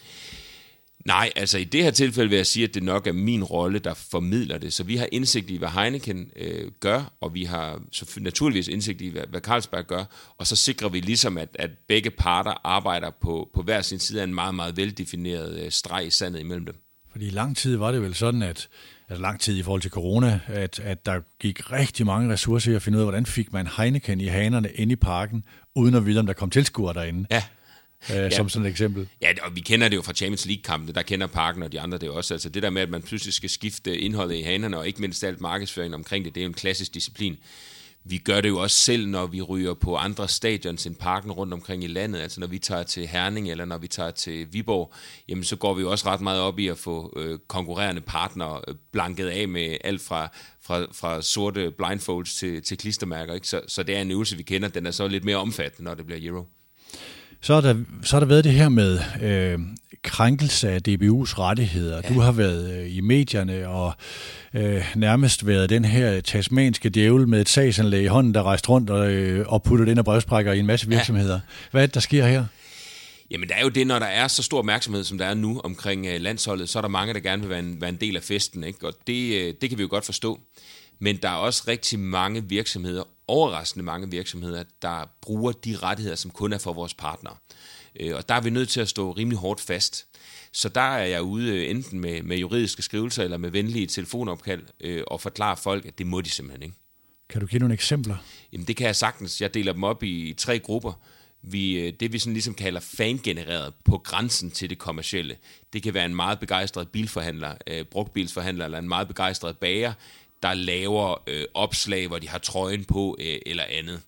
Nej, altså i det her tilfælde vil jeg sige, at det nok er min rolle, der formidler det. Så vi har indsigt i, hvad Heineken gør, og vi har naturligvis indsigt i, hvad Carlsberg gør, og så sikrer vi ligesom, at begge parter arbejder på hver sin side af en meget, meget veldefineret streg i sandet imellem dem. Fordi i lang tid var det vel sådan, at lang tid i forhold til corona, at der gik rigtig mange ressourcer i at finde ud af, hvordan fik man Heineken i hanerne inde i parken, uden at vide, om der kom tilskuere derinde. Ja. Som sådan et eksempel. Ja, og vi kender det jo fra Champions League-kampene, der kender parken og de andre det også. Altså det der med, at man pludselig skal skifte indholdet i hanerne, og ikke mindst alt markedsføringen omkring det, det er jo en klassisk disciplin. Vi gør det jo også selv, når vi ryger på andre stadions end parken rundt omkring i landet. Altså når vi tager til Herning, eller når vi tager til Viborg, jamen så går vi jo også ret meget op i at få konkurrerende partnere blanket af med alt fra sorte blindfolds til klistermærker. Ikke? Så det er en øvelse, vi kender. Den er så lidt mere omfattende, når det bliver Euro. Så har der været det her med krænkelse af DBU's rettigheder. Ja. Du har været i medierne og nærmest været den her tasmanske djævel med et sagsanlæg i hånden, der rejste rundt og puttet ind og brevsprækker i en masse virksomheder. Ja. Hvad er det, der sker her? Jamen der er jo det, når der er så stor opmærksomhed, som der er nu omkring landsholdet, så er der mange, der gerne vil være en del af festen, ikke? Og det kan vi jo godt forstå. Men der er også rigtig mange virksomheder, overraskende mange virksomheder, der bruger de rettigheder, som kun er for vores partnere. Og der er vi nødt til at stå rimelig hårdt fast. Så der er jeg ude enten med juridiske skrivelser eller med venlige telefonopkald og forklare folk, at det må de simpelthen ikke. Kan du give nogle eksempler? Jamen det kan jeg sagtens. Jeg deler dem op i 3 grupper. Det vi sådan ligesom kalder fangenereret på grænsen til det kommercielle. Det kan være en meget begejstret bilforhandler, brugtbilsforhandler eller en meget begejstret bager, der laver opslag, hvor de har trøjen på eller andet.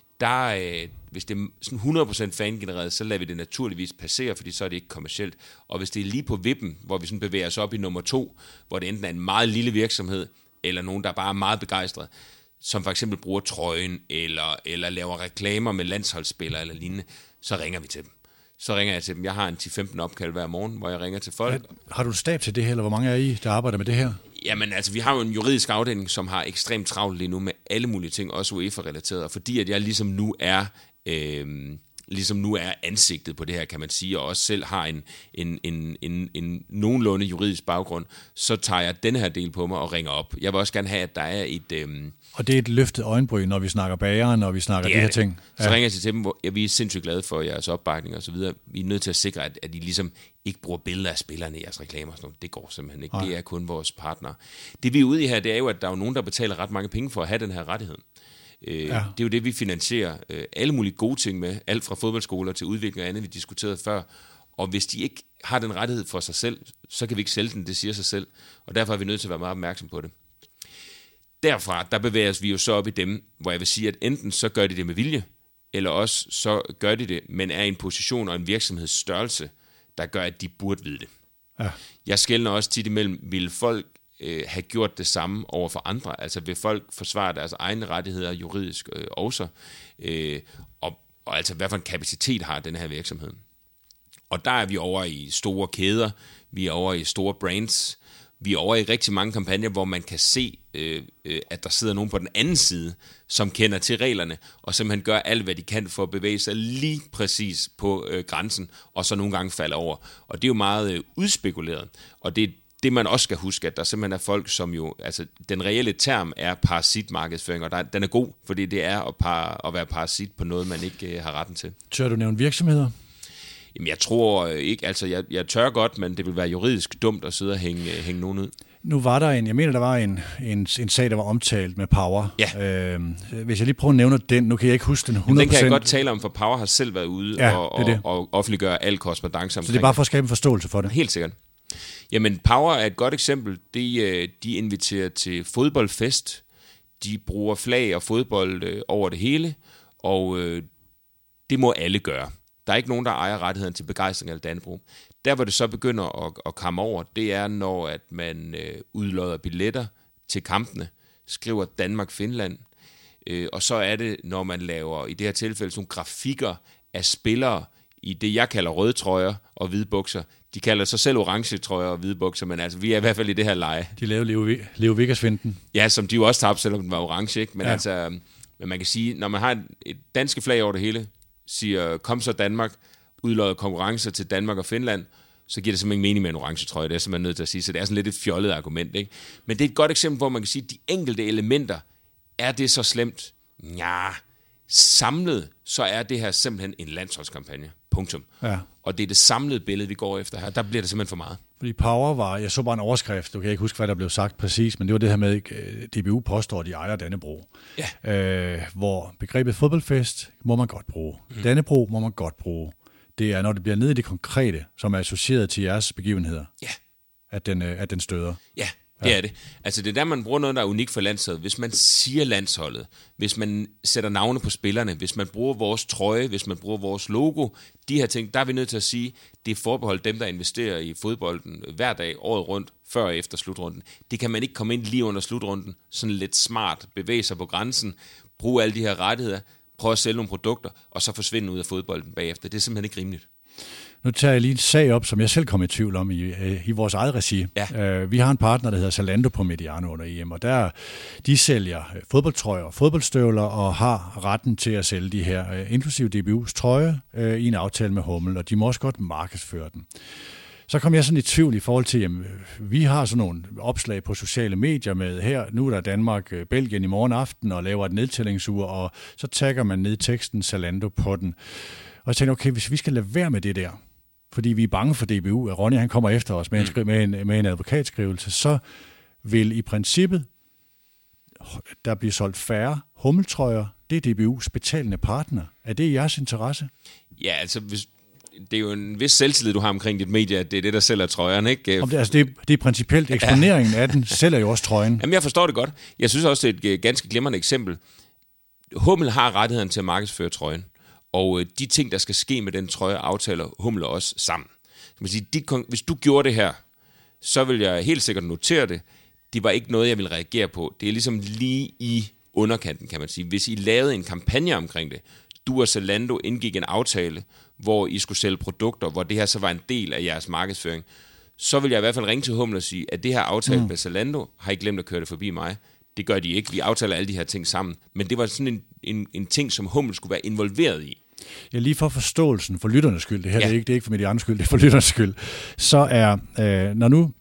Hvis det er sådan 100% fangenereret, så lader vi det naturligvis passere, fordi så er det ikke kommercielt. Og hvis det er lige på vippen, hvor vi sådan bevæger os op i nummer 2, hvor det enten er en meget lille virksomhed, eller nogen, der bare er meget begejstret, som for eksempel bruger trøjen, eller laver reklamer med landsholdsspillere eller lignende, så ringer vi til dem. Så ringer jeg til dem. Jeg har en 10-15 opkald hver morgen, hvor jeg ringer til folk. Har du en stab til det her, eller hvor mange er I, der arbejder med det her? Jamen altså, vi har jo en juridisk afdeling, som har ekstremt travlt lige nu med alle mulige ting, også UEFA-relateret. Og fordi at jeg ligesom nu er ansigtet på det her, kan man sige, og også selv har en nogenlunde juridisk baggrund, så tager jeg den her del på mig og ringer op. Jeg vil også gerne have, at der er et... Og det er et løftet øjenbryn, når vi snakker bagere, når vi snakker de her ting. Ja. Så ringer jeg til dem, hvor vi er sindssygt glade for jeres opbakning og så videre. Vi er nødt til at sikre, at I ligesom ikke bruger billeder af spillerne i jeres reklamer og sådan noget. Det går simpelthen ikke. Det er kun vores partnere. Det vi er ude i her, det er jo, at der er nogen, der betaler ret mange penge for at have den her rettighed. Det er jo det, vi finansierer alle mulige gode ting med, alt fra fodboldskoler til udvikling og andet, vi diskuterede før. Og hvis de ikke har den rettighed for sig selv, så kan vi ikke sælge den, det siger sig selv. Og derfor er vi nødt til at være meget opmærksom på det. Derfra, der bevæger vi jo så op i dem, hvor jeg vil sige, at enten så gør de det med vilje, eller også så gør de det, men er i en position og en virksomhedsstørrelse, der gør, at de burde vide det. Ja. Jeg skelner også tit imellem, vil folk have gjort det samme over for andre? Altså vil folk forsvare deres egne rettigheder juridisk også? Og altså hvad for en kapacitet har den her virksomhed? Og der er vi over i store kæder, vi er over i store brands, vi er over i rigtig mange kampagner, hvor man kan se, at der sidder nogen på den anden side, som kender til reglerne, og simpelthen gør alt, hvad de kan for at bevæge sig lige præcis på grænsen, og så nogle gange falder over. Og det er jo meget udspekuleret, og det det man også skal huske, at der simpelthen er folk, som jo, altså den reelle term er parasitmarkedsføring, og den er god, fordi det er at være parasit på noget, man ikke har retten til. Tør du nævne virksomheder? Jamen jeg tror ikke, altså jeg tør godt, men det vil være juridisk dumt at sidde og hænge nogen ud. Nu var der der var en sag, der var omtalt med Power. Ja. Hvis jeg lige prøver at nævne den, nu kan jeg ikke huske den 100%. Den kan jeg godt tale om, for Power har selv været ude og offentliggøre al korrespondance omkring. Så det er bare for at skabe en forståelse for det? Helt sikkert. Jamen Power er et godt eksempel. De inviterer til fodboldfest. De bruger flag og fodbold over det hele, og det må alle gøre. Der er ikke nogen, der ejer rettigheden til begejstring eller Dannebrog. Der, hvor det så begynder at komme over, det er, når at man udlodder billetter til kampene, skriver Danmark-Finland, og så er det, når man laver, i det her tilfælde, sådan nogle grafikker af spillere i det, jeg kalder røde trøjer og hvide bukser. De kalder sig selv orange trøjer og hvide bukser, men altså, vi er i hvert fald i det her leje. De lavede Leo Vegas-finten. Ja, som de jo også tabte, selvom den var orange, ikke? Men altså, men man kan sige, når man har et danske flag over det hele, siger, kom så Danmark, udlodder konkurrencer til Danmark og Finland, så giver det simpelthen ingen mening med en orange trøje. Det er simpelthen nødt til at sige, så det er sådan lidt et fjollet argument, ikke? Men det er et godt eksempel, hvor man kan sige, at de enkelte elementer, er det så slemt? Ja, samlet, så er det her simpelthen en landsholdskampagne. Punktum. Ja. Og det er det samlede billede, vi går efter her. Der bliver det simpelthen for meget. Fordi Power var, jeg så bare en overskrift, du kan ikke huske, hvad der blev sagt præcis, men det var det her med, DBU påstår, at de ejer Dannebrog. Ja. Hvor begrebet fodboldfest må man godt bruge. Dannebrog må man godt bruge. Det er, når det bliver nede i det konkrete, som er associeret til jeres begivenheder, at den støder. Ja, det er det. Altså det er der, man bruger noget, der er unikt for landsholdet. Hvis man siger landsholdet, hvis man sætter navne på spillerne, hvis man bruger vores trøje, hvis man bruger vores logo, de her ting, der er vi nødt til at sige, det er forbeholdt dem, der investerer i fodbolden hver dag, året rundt, før og efter slutrunden. Det kan man ikke komme ind lige under slutrunden, sådan lidt smart, bevæge sig på grænsen, bruge alle de her rettigheder, prøve at sælge nogle produkter, og så forsvinde ud af fodbolden bagefter. Det er simpelthen ikke rimeligt. Nu tager jeg lige en sag op, som jeg selv kom i tvivl om i vores eget regi. Ja. Vi har en partner, der hedder Zalando på Mediano under EM, og de sælger fodboldtrøjer og fodboldstøvler og har retten til at sælge de her, inklusive DBU's trøje, i en aftale med Hummel, og de må også godt markedsføre den. Så kom jeg sådan i tvivl i forhold til, jamen, vi har sådan nogle opslag på sociale medier med her, nu er der Danmark, Belgien i morgen aften, og laver et nedtællingsur, og så tagger man ned teksten Zalando på den. Og jeg tænkte, okay, hvis vi skal lade være med det der, fordi vi er bange for DBU, at Ronny han kommer efter os med en advokatskrivelse, så vil i princippet der blive solgt færre hummeltrøjer. Det er DBU's betalende partner. Er det i jeres interesse? Ja, altså det er jo en vis selvtillid, du har omkring dit medie, at det er det, der sælger trøjerne, ikke? Det er principielt eksponeringen af den, sælger jo også trøjen. Jamen, jeg forstår det godt. Jeg synes også, det er et ganske glimrende eksempel. Hummel har rettigheden til at markedsføre trøjen. Og de ting, der skal ske med den trøje, aftaler Hummel også sammen. Hvis du gjorde det her, så vil jeg helt sikkert notere det. Det var ikke noget, jeg vil reagere på. Det er ligesom lige i underkanten, kan man sige. Hvis I lavede en kampagne omkring det, du og Zalando indgik en aftale, hvor I skulle sælge produkter, hvor det her så var en del af jeres markedsføring, så vil jeg i hvert fald ringe til Hummel og sige, at det her aftale med Zalando, har I glemt at køre det forbi mig. Det gør de ikke. Vi aftaler alle de her ting sammen. Men det var sådan en ting, som Hummel skulle være involveret i. Ja, lige for forståelsen, for lytternes skyld, det her det er ikke for Medianos skyld, det er for lytternes skyld, så er, når nu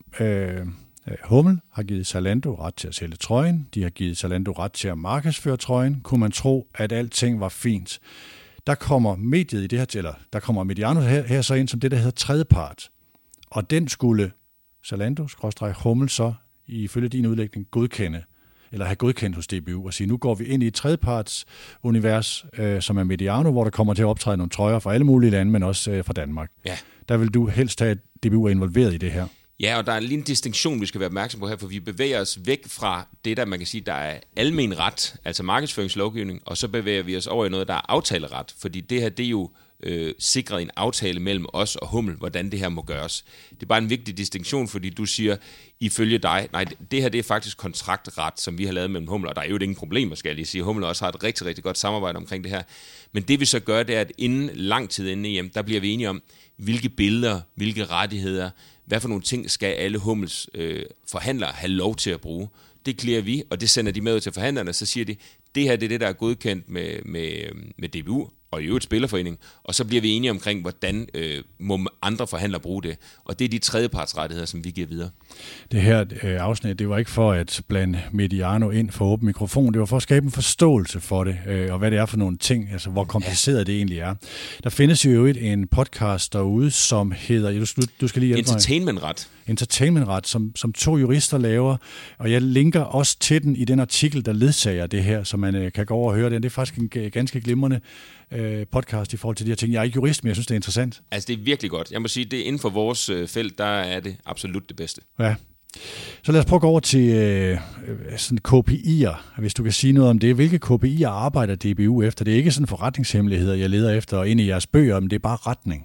Hummel har givet Zalando ret til at sælge trøjen, de har givet Zalando ret til at markedsføre trøjen, kunne man tro, at alting var fint. Der kommer mediet i det her, eller der kommer Mediano her så ind som det, der hedder tredjepart, og den skulle Zalando-Hummel så, ifølge din udlægning, godkende, eller have godkendt hos DBU, og sige, nu går vi ind i et tredjeparts-univers, som er Mediano, hvor der kommer til at optræde nogle trøjer fra alle mulige lande, men også fra Danmark. Ja. Der vil du helst have, at DBU er involveret i det her. Ja, og der er lige en distinktion, vi skal være opmærksom på her, for vi bevæger os væk fra det, der man kan sige, der er almen ret, altså markedsføringslovgivning, og så bevæger vi os over i noget, der er aftaleret, fordi det her, det er jo sikret en aftale mellem os og Hummel, hvordan det her må gøres. Det er bare en vigtig distinktion, fordi du siger, ifølge dig, nej, det her det er faktisk kontraktret, som vi har lavet mellem Hummel, og der er jo ingen problemer, skal jeg lige sige. Hummel også har et rigtig, rigtig godt samarbejde omkring det her. Men det vi så gør, det er, at lang tid inden EM, der bliver vi enige om, hvilke billeder, hvilke rettigheder, hvad for nogle ting skal alle Hummels forhandlere have lov til at bruge. Det clearer vi, og det sender de med ud til forhandlerne, så siger de, det her det er det, der er godkendt med DBU, og i øvrigt spillerforening, og så bliver vi enige omkring, hvordan må andre forhandlere bruge det. Og det er de tredjepartsrettigheder, som vi giver videre. Det her afsnit, det var ikke for at blande Mediano ind for åben mikrofon, det var for at skabe en forståelse for det, og hvad det er for nogle ting, altså hvor kompliceret det egentlig er. Der findes jo en podcast derude, som hedder, du skal lige hjælpe mig. Entertainmentret, som 2 jurister laver, og jeg linker også til den i den artikel, der ledsager det her, så man kan gå over og høre det. Det er faktisk en ganske glimrende podcast i forhold til de her ting. Jeg er ikke jurist, men jeg synes, det er interessant. Altså, det er virkelig godt. Jeg må sige, det er inden for vores felt, der er det absolut det bedste. Ja. Så lad os prøve at gå over til sådan KPI'er, hvis du kan sige noget om det. Hvilke KPI'er arbejder DBU efter? Det er ikke sådan forretningshemmeligheder, jeg leder efter ind i jeres bøger, men det er bare retning.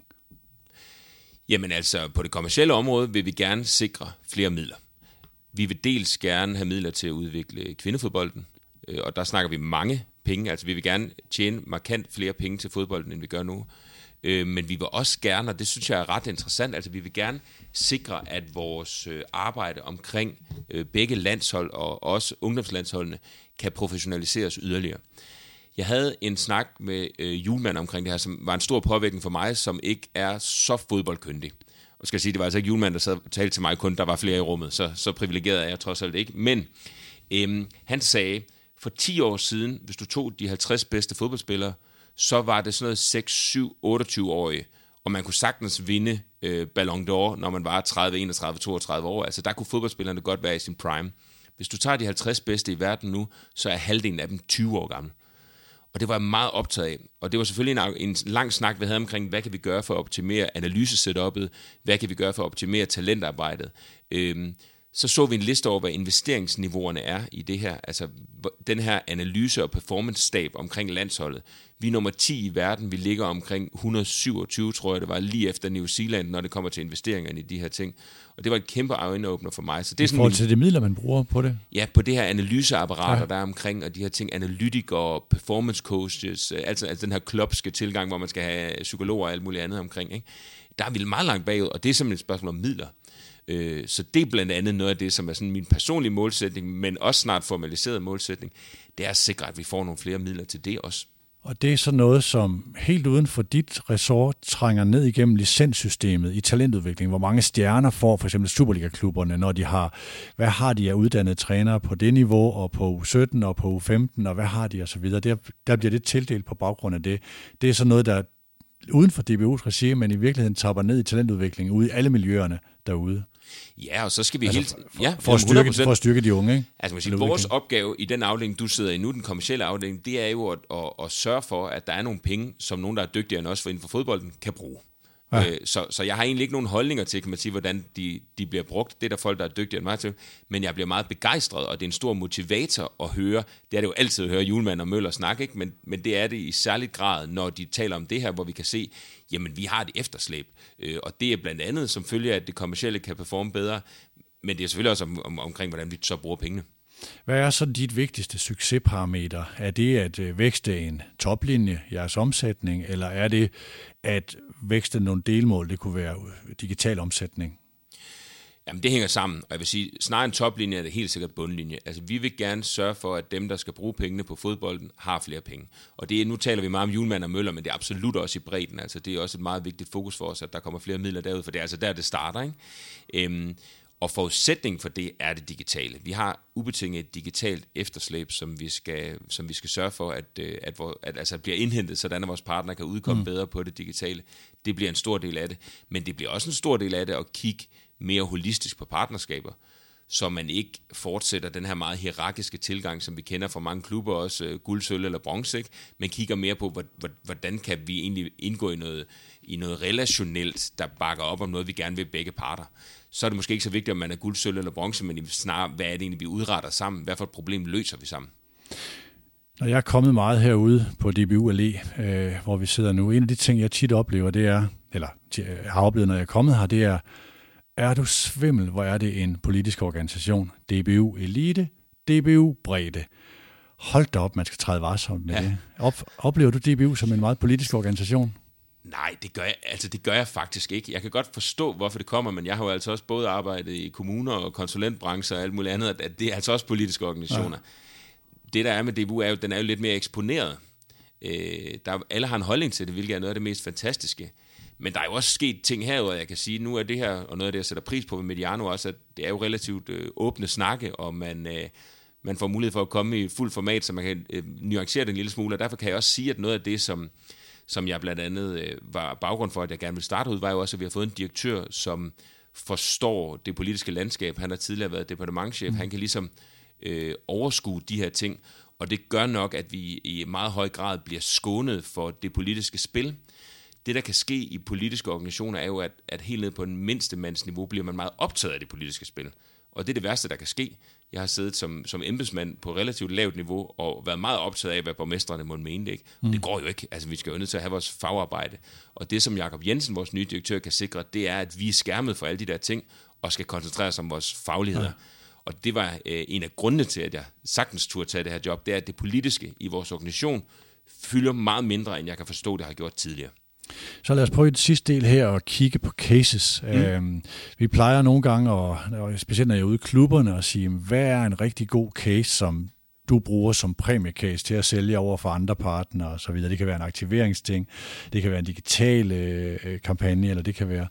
Jamen altså, på det kommercielle område vil vi gerne sikre flere midler. Vi vil dels gerne have midler til at udvikle kvindefodbolden, og der snakker vi mange penge. Altså vi vil gerne tjene markant flere penge til fodbolden, end vi gør nu. Men vi vil også gerne, og det synes jeg er ret interessant, altså vi vil gerne sikre, at vores arbejde omkring begge landshold og også ungdomslandsholdene kan professionaliseres yderligere. Jeg havde en snak med Hjulmand omkring det her, som var en stor påvirkning for mig, som ikke er så fodboldkyndig. Og skal jeg sige, det var altså ikke Hjulmand, der sad og talte til mig, kun der var flere i rummet, så privilegeret er jeg trods alt ikke. Men han sagde, for 10 år siden, hvis du tog de 50 bedste fodboldspillere, så var det sådan noget 6, 7, 28-årige, og man kunne sagtens vinde Ballon d'Or, når man var 30, 31, 32 år. Altså der kunne fodboldspillerne godt være i sin prime. Hvis du tager de 50 bedste i verden nu, så er halvdelen af dem 20 år gamle. Og det var jeg meget optaget af. Og det var selvfølgelig en lang snak, vi havde omkring, hvad kan vi gøre for at optimere analysesetupet, hvad kan vi gøre for at optimere talentarbejdet. Så vi en liste over, hvad investeringsniveauerne er i det her. Altså den her analyse- og performance-stab omkring landsholdet. Vi er nummer 10 i verden. Vi ligger omkring 127, tror jeg, det var lige efter New Zealand, når det kommer til investeringerne i de her ting. Og det var et kæmpe øjenåbner for mig. Så det er sådan i forhold til de midler, man bruger på det? Ja, på det her analyseapparater, der er omkring, og de her ting, analytikere, performance coaches, altså den her klopske tilgang, hvor man skal have psykologer og alt muligt andet omkring. Ikke? Der er vi meget langt bagud, og det er simpelthen et spørgsmål om midler. Så det er blandt andet noget af det, som er sådan min personlige målsætning, men også snart formaliseret målsætning, det er at sikre, at vi får nogle flere midler til det også. Og det er så noget, som helt uden for dit ressort trænger ned igennem licenssystemet i talentudvikling. Hvor mange stjerner får for eksempel Superliga-klubberne, når de har, hvad har de af uddannede trænere på det niveau, og på U17 og på U15, og hvad har de og så videre. Der bliver det tildelt på baggrund af det. Det er så noget, der uden for DBU's regi, men i virkeligheden tapper ned i talentudviklingen ude i alle miljøerne derude. Ja, og så skal vi for at styrke de unge, ikke? Altså man siger, vores opgave i den afdeling, du sidder i nu, den kommercielle afdeling, det er jo at sørge for, at der er nogle penge, som nogen, der er dygtigere end os for inden for fodbolden, kan bruge. Ja. Så jeg har egentlig ikke nogen holdninger til, kan man sige, hvordan de bliver brugt. Det er der folk, der er dygtigere end mig til. Men jeg bliver meget begejstret, og det er en stor motivator at høre. Det er det jo altid at høre Hjulmand og Møller snakke, ikke? Men det er det i særlig grad, når de taler om det her, hvor vi kan se, jamen vi har et efterslæb. Og det er blandt andet som følge af, at det kommercielle kan performe bedre. Men det er selvfølgelig også omkring, hvordan vi så bruger pengene. Hvad er så dit vigtigste succesparameter? Er det at vækste en toplinje, jeres omsætning, eller er det at vækste nogle delmål? Det kunne være digital omsætning. Jamen det hænger sammen, og jeg vil sige, snarere en toplinje er det helt sikkert bundlinje. Altså vi vil gerne sørge for, at dem, der skal bruge pengene på fodbolden, har flere penge. Og det er, nu taler vi meget om Hjulmand og Møller, men det er absolut også i bredden. Altså det er også et meget vigtigt fokus for os, at der kommer flere midler derud, for det er altså der, det starter, ikke? Og forudsætningen for det er det digitale. Vi har ubetinget et digitalt efterslæb, som vi skal sørge for, at altså bliver indhentet, sådan at vores partner kan udkomme bedre på det digitale. Det bliver en stor del af det. Men det bliver også en stor del af det at kigge mere holistisk på partnerskaber, så man ikke fortsætter den her meget hierarkiske tilgang, som vi kender fra mange klubber, også guld, sølv eller bronze, ikke? Men kigger mere på, hvordan kan vi egentlig indgå i noget relationelt, der bakker op om noget, vi gerne vil begge parter. Så er det måske ikke så vigtigt, om man er guld, sølv eller bronze, men snarere, hvad er det egentlig, vi udretter sammen? Hvad for et problem løser vi sammen? Når jeg er kommet meget herude på DBU Allé, hvor vi sidder nu, en af de ting, jeg tit oplever, det er, eller har oplevet, når jeg er kommet her, det er du svimmel, hvor er det en politisk organisation? DBU Elite, DBU Bredde. Hold da op, man skal træde varsomt med det. Oplever du DBU som en meget politisk organisation? Nej, det gør jeg faktisk ikke. Jeg kan godt forstå, hvorfor det kommer, men jeg har jo altså også både arbejdet i kommuner og konsulentbrancher og alt muligt andet, at det er altså også politiske organisationer. Ja. Det, der er med DBU, er jo, den er jo lidt mere eksponeret. alle har en holdning til det, hvilket er noget af det mest fantastiske. Men der er jo også sket ting herudover, jeg kan sige, nu er det her, og noget af det, jeg sætter pris på ved Mediano også, at det er jo relativt åbne snakke, og man får mulighed for at komme i fuld format, så man kan nuancere det en lille smule, og derfor kan jeg også sige, at noget af det, som jeg blandt andet var baggrund for, at jeg gerne vil starte ud, var jo også, at vi har fået en direktør, som forstår det politiske landskab. Han har tidligere været departementschef. Han kan ligesom overskue de her ting, og det gør nok, at vi i meget høj grad bliver skånet for det politiske spil. Det, der kan ske i politiske organisationer, er jo, at helt ned på den mindste mands niveau bliver man meget optaget af det politiske spil. Og det er det værste, der kan ske. Jeg har siddet som embedsmand på relativt lavt niveau og været meget optaget af, hvad borgmestrene må mene det, ikke? Det går jo ikke. Altså, vi skal jo nødt til at have vores fagarbejde. Og det, som Jakob Jensen, vores nye direktør, kan sikre, det er, at vi er skærmet for alle de der ting og skal koncentrere os om vores fagligheder. Ja. Og det var en af grundene til, at jeg sagtens turde tage det her job, det er, at det politiske i vores organisation fylder meget mindre, end jeg kan forstå, det har gjort tidligere. Så lad os prøve i den sidste del her at kigge på cases. Vi plejer nogle gange, og specielt når jeg er ude i klubberne, at sige, hvad er en rigtig god case, som du bruger som præmiecase til at sælge over for andre partnere og så videre. Det kan være en aktiveringsting, det kan være en digital kampagne, eller det kan være...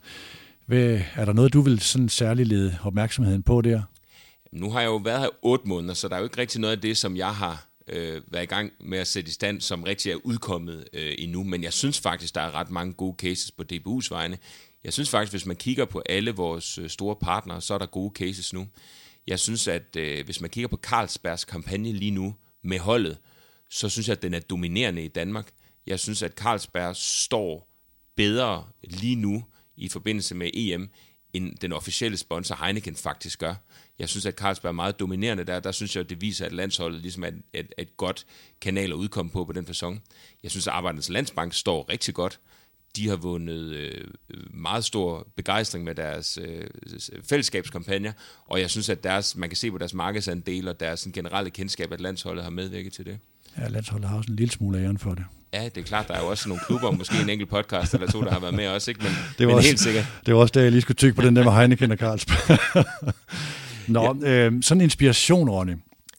Er der noget, du vil sådan særligt lede opmærksomheden på der? Nu har jeg jo været her 8 måneder, så der er jo ikke rigtig noget af det, som jeg har været i gang med at sætte i stand, som rigtig er udkommet endnu. Men jeg synes faktisk, der er ret mange gode cases på DBU's vegne. Jeg synes faktisk, hvis man kigger på alle vores store partnere, så er der gode cases nu. Jeg synes, at hvis man kigger på Carlsbergs kampagne lige nu med holdet, så synes jeg, at den er dominerende i Danmark. Jeg synes, at Carlsberg står bedre lige nu i forbindelse med EM, end den officielle sponsor Heineken faktisk gør. Jeg synes, at Carlsberg er meget dominerende der. Der synes jeg, at det viser, at landsholdet ligesom er et godt kanal at udkomme på den facon. Jeg synes, at Arbejdernes Landsbank står rigtig godt. De har vundet meget stor begejstring med deres fællesskabskampagner, og jeg synes, at man kan se på deres markedsandel og deres generelle kendskab, at landsholdet har medvirket til det. Ja, landsholdet har også en lille smule æren for det. Ja, det er klart, der er jo også nogle klubber, måske en enkelt podcast eller to, der har været med også, ikke? Men også, helt sikkert. Det var også det, jeg lige skulle tykke på den der med Heineken og Carlsberg. Sådan en inspiration, Ronny.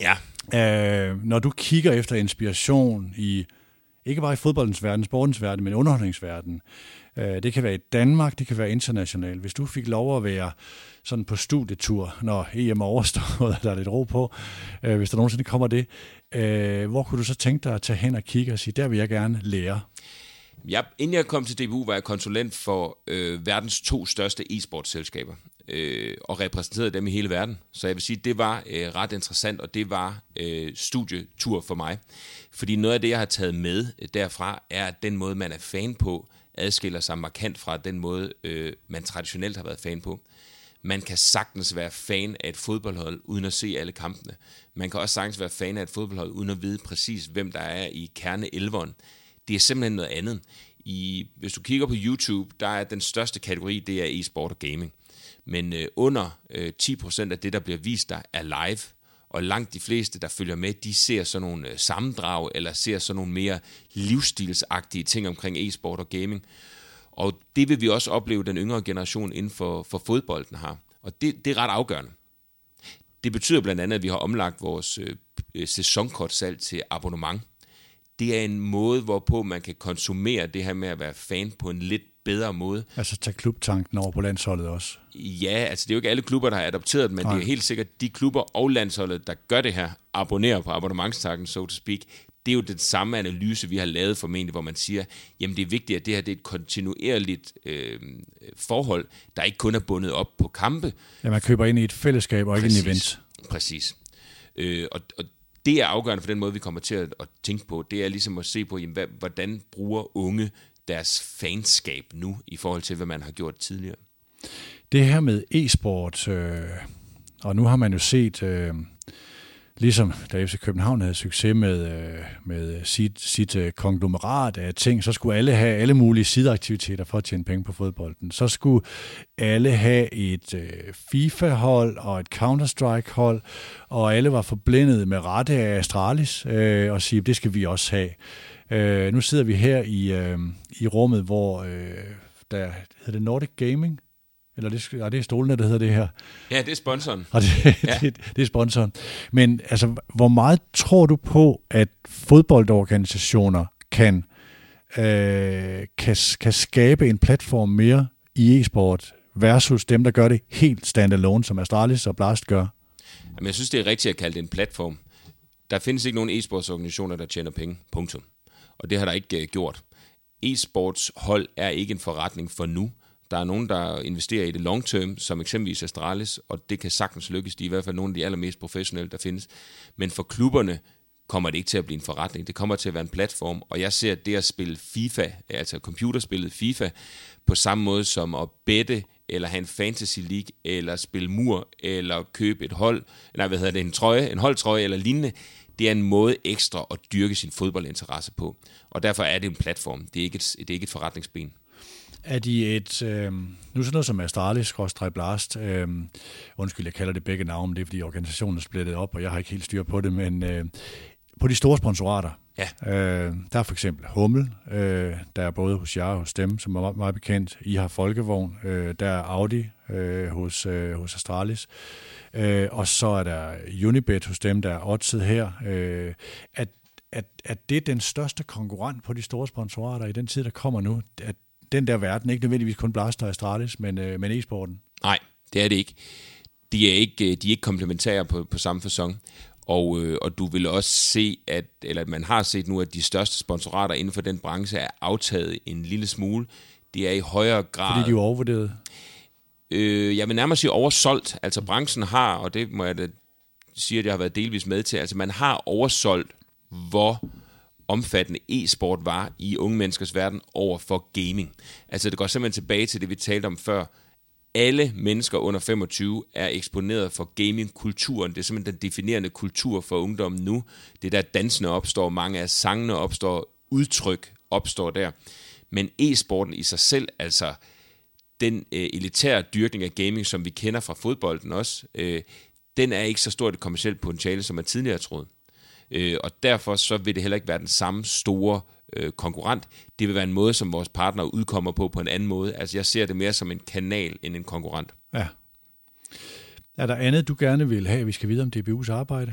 Ja. Når du kigger efter inspiration i, ikke bare i fodboldens verden, sportens verden, men underholdningsverden, det kan være i Danmark, det kan være internationalt. Hvis du fik lov at være sådan på studietur, når EM er overstået, der er lidt ro på, hvis der nogensinde kommer det, hvor kunne du så tænke dig at tage hen og kigge og sige, der vil jeg gerne lære? Ja, inden jeg kom til DBU, var jeg konsulent for verdens 2 største e-sportselskaber, og repræsenterede dem i hele verden. Så jeg vil sige, det var ret interessant, og det var studietur for mig. Fordi noget af det, jeg har taget med derfra, er, at den måde, man er fan på, adskiller sig markant fra den måde, man traditionelt har været fan på. Man kan sagtens være fan af et fodboldhold, uden at se alle kampene. Man kan også sagtens være fan af et fodboldhold, uden at vide præcis, hvem der er i kerne-11'eren. Det er simpelthen noget andet. Hvis du kigger på YouTube, der er den største kategori, det er e-sport og gaming. Men under 10% af det, der bliver vist der, er live. Og langt de fleste, der følger med, de ser sådan nogle sammendrag, eller ser sådan nogle mere livsstilsagtige ting omkring e-sport og gaming. Og det vil vi også opleve, den yngre generation inden for fodbolden har. Og det er ret afgørende. Det betyder blandt andet, at vi har omlagt vores sæsonkortsalg til abonnement. Det er en måde, hvorpå man kan konsumere det her med at være fan på en lidt bedre måde. Altså tage klubtanken over på landsholdet også? Ja, altså det er jo ikke alle klubber, der har adopteret, men det er helt sikkert de klubber og landsholdet, der gør det her, abonnerer på abonnementstakken, so to speak. Det er jo den samme analyse, vi har lavet formentlig, hvor man siger, jamen det er vigtigt, at det her det er et kontinuerligt forhold, der ikke kun er bundet op på kampe. Ja, man køber ind i et fællesskab og ikke en event. Præcis. Og det er afgørende for den måde, vi kommer til at tænke på. Det er ligesom at se på, jamen, hvordan bruger unge deres fanskab nu, i forhold til, hvad man har gjort tidligere. Det her med e-sport, og nu har man jo set... Ligesom da FC København havde succes med sit konglomerat af ting, så skulle alle have alle mulige sideaktiviteter for at tjene penge på fodbolden. Så skulle alle have et FIFA-hold og et Counter-Strike-hold, og alle var forblændet med rette af Astralis og sige, det skal vi også have. Nu sidder vi her i rummet, hvor der hedder det Nordic Gaming. Eller det er stolene, der hedder det her. Ja, det er sponsoren. Og det er sponsoren. Men altså, hvor meget tror du på, at fodboldorganisationer kan skabe en platform mere i e-sport versus dem, der gør det helt standalone, som Astralis og Blast gør? Jamen, jeg synes, det er rigtigt at kalde det en platform. Der findes ikke nogen e-sportsorganisationer, der tjener penge. Punktum. Og det har der ikke gjort. E-sports hold er ikke en forretning for nu. Der er nogen, der investerer i det long term, som eksempelvis Astralis, og det kan sagtens lykkes. De er i hvert fald nogle af de allermest professionelle, der findes. Men for klubberne kommer det ikke til at blive en forretning. Det kommer til at være en platform, og jeg ser det at spille FIFA, altså computerspillet FIFA, på samme måde som at bette, eller have en fantasy league, eller spille mur, eller købe et hold, en holdtrøje eller lignende. Det er en måde ekstra at dyrke sin fodboldinteresse på. Og derfor er det en platform. Det er ikke et forretningsben. Er de nu sådan noget som Astralis, Blast, undskyld, jeg kalder det begge navne, det er fordi organisationen er splittet op, og jeg har ikke helt styr på det, men på de store sponsorater, ja. Der er for eksempel Hummel, der er både hos jer og hos dem, som er meget bekendt. I har Folkevogn, der er Audi hos Astralis, og så er der Unibet hos dem, der er oddset her. Er det den største konkurrent på de store sponsorater i den tid, der kommer nu? At den der verden, ikke nødvendigvis kun Blast og Astralis, men e-sporten? Nej, det er det ikke. De er ikke komplementære på samme facon. Og du vil også se, at man har set nu, at de største sponsorater inden for den branche er aftaget en lille smule. Det er i højere grad... Fordi de er overvurderet? Jeg vil nærmere sige oversolgt. Altså branchen har, og det må jeg da sige, at jeg har været delvis med til, altså man har oversolgt, hvor omfattende e-sport var i unge menneskers verden over for gaming. Altså det går simpelthen tilbage til det, vi talte om før. Alle mennesker under 25 er eksponeret for gamingkulturen. Det er simpelthen den definerende kultur for ungdommen nu. Det der dansene opstår, mange af sangene opstår, udtryk opstår der. Men e-sporten i sig selv, altså den elitære dyrkning af gaming, som vi kender fra fodbolden også, den er ikke så stort et kommercielt potentiale, som man tidligere troede. Og derfor så vil det heller ikke være den samme store konkurrent. Det vil være en måde, som vores partnere udkommer på en anden måde. Altså jeg ser det mere som en kanal end en konkurrent. Ja. Er der andet, du gerne vil have, vi skal vide om DBU's arbejde?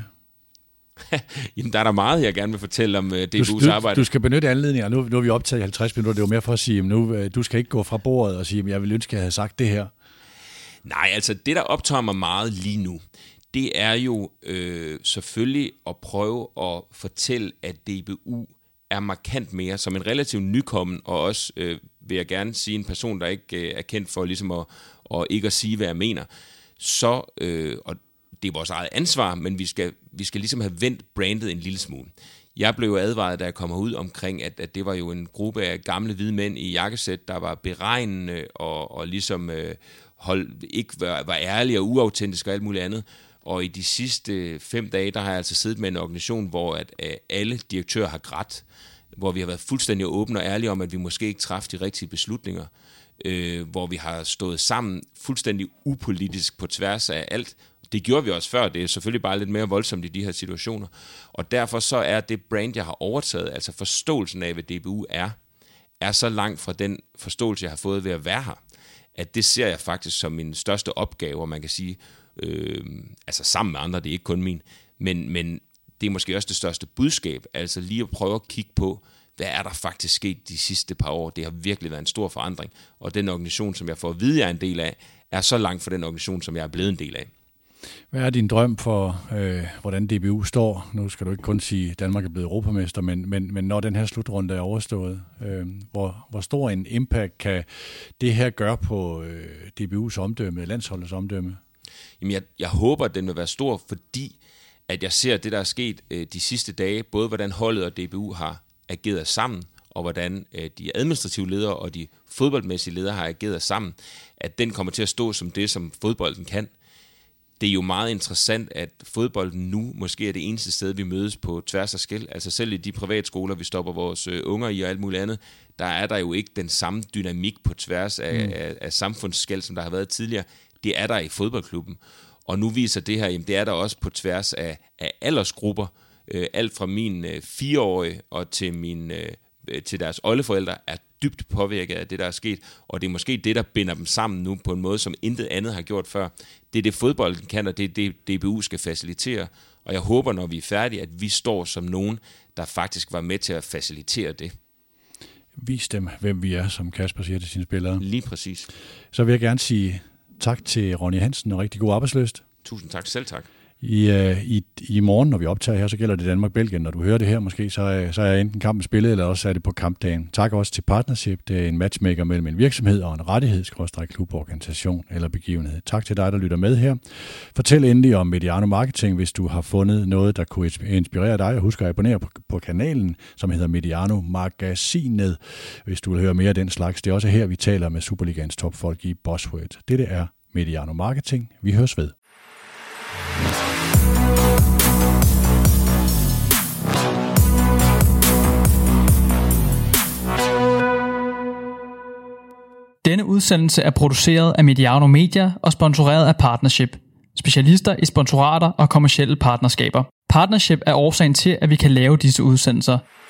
Jamen, der er der meget, jeg gerne vil fortælle om DBU's arbejde. Du skal benytte anledninger. Nu har vi optaget 50 minutter. Det var mere for at sige, nu du skal ikke gå fra bordet og sige, jeg vil ønske, at jeg havde sagt det her. Nej, altså det, der optager mig meget lige nu, det er jo selvfølgelig at prøve at fortælle, at DBU er markant mere, som en relativt nykommen, og også vil jeg gerne sige en person, der ikke er kendt for ligesom at ikke at sige, hvad jeg mener. Så, og det er vores eget ansvar, men vi skal ligesom have vendt brandet en lille smule. Jeg blev advaret, da jeg kom ud omkring, at det var jo en gruppe af gamle hvide mænd i jakkesæt, der var beregnende og ligesom ikke var ærlige og uautentiske og alt muligt andet. Og i de sidste 5 dage, der har jeg altså siddet med en organisation, hvor at alle direktører har grædt, hvor vi har været fuldstændig åbne og ærlige om, at vi måske ikke træffede de rigtige beslutninger, hvor vi har stået sammen fuldstændig upolitisk på tværs af alt. Det gjorde vi også før, det er selvfølgelig bare lidt mere voldsomt i de her situationer. Og derfor så er det brand, jeg har overtaget, altså forståelsen af, hvad DBU er så langt fra den forståelse, jeg har fået ved at være her, at det ser jeg faktisk som min største opgave, og man kan sige, altså sammen med andre, det er ikke kun min, men det er måske også det største budskab, altså lige at prøve at kigge på, hvad er der faktisk sket de sidste par år. Det har virkelig været en stor forandring, og den organisation, som jeg får at vide, jeg er en del af, er så langt fra den organisation, som jeg er blevet en del af. Hvad er din drøm for, hvordan DBU står? Nu skal du ikke kun sige, at Danmark er blevet europamester, men når den her slutrunde er overstået, hvor stor en impact kan det her gøre på DBU's omdømme, landsholdets omdømme? Jamen, jeg håber, at den vil være stor, fordi at jeg ser det, der er sket de sidste dage, både hvordan holdet og DBU har ageret sammen, og hvordan de administrative ledere og de fodboldmæssige ledere har ageret sammen, at den kommer til at stå som det, som fodbolden kan. Det er jo meget interessant, at fodbolden nu måske er det eneste sted, vi mødes på tværs af skel. Altså selv i de privatskoler, vi stopper vores unger i og alt muligt andet, der er der jo ikke den samme dynamik på tværs af samfundsskel, som der har været tidligere. Det er der i fodboldklubben. Og nu viser det her, jamen det er der også på tværs af aldersgrupper. Alt fra min 4-årige og til deres oldeforældre er dybt påvirket af det, der er sket, og det er måske det, der binder dem sammen nu på en måde, som intet andet har gjort før. Det er det, fodbolden kan, og det er det, DBU skal facilitere. Og jeg håber, når vi er færdige, at vi står som nogen, der faktisk var med til at facilitere det. Vis dem, hvem vi er, som Kasper siger til sine spillere. Lige præcis. Så vil jeg gerne sige tak til Ronny Hansen og rigtig god arbejdslyst. Tusind tak. Selv tak. I morgen, når vi optager her, så gælder det Danmark-Belgien. Når du hører det her måske, så er enten kampen spillet, eller også er det på kampdagen. Tak også til Partnership. Det er en matchmaker mellem en virksomhed og en rettighedsklub, organisation eller begivenhed. Tak til dig, der lytter med her. Fortæl endelig om Mediano Marketing, hvis du har fundet noget, der kunne inspirere dig. Og husk at abonnere på kanalen, som hedder Mediano Magasinet, hvis du vil høre mere af den slags. Det er også her, vi taler med Superligaens topfolk i Buzzword. Dette er Mediano Marketing. Vi høres ved. Denne udsendelse er produceret af Mediano Media og sponsoreret af Partnership. Specialister i sponsorater og kommercielle partnerskaber. Partnership er årsagen til, at vi kan lave disse udsendelser.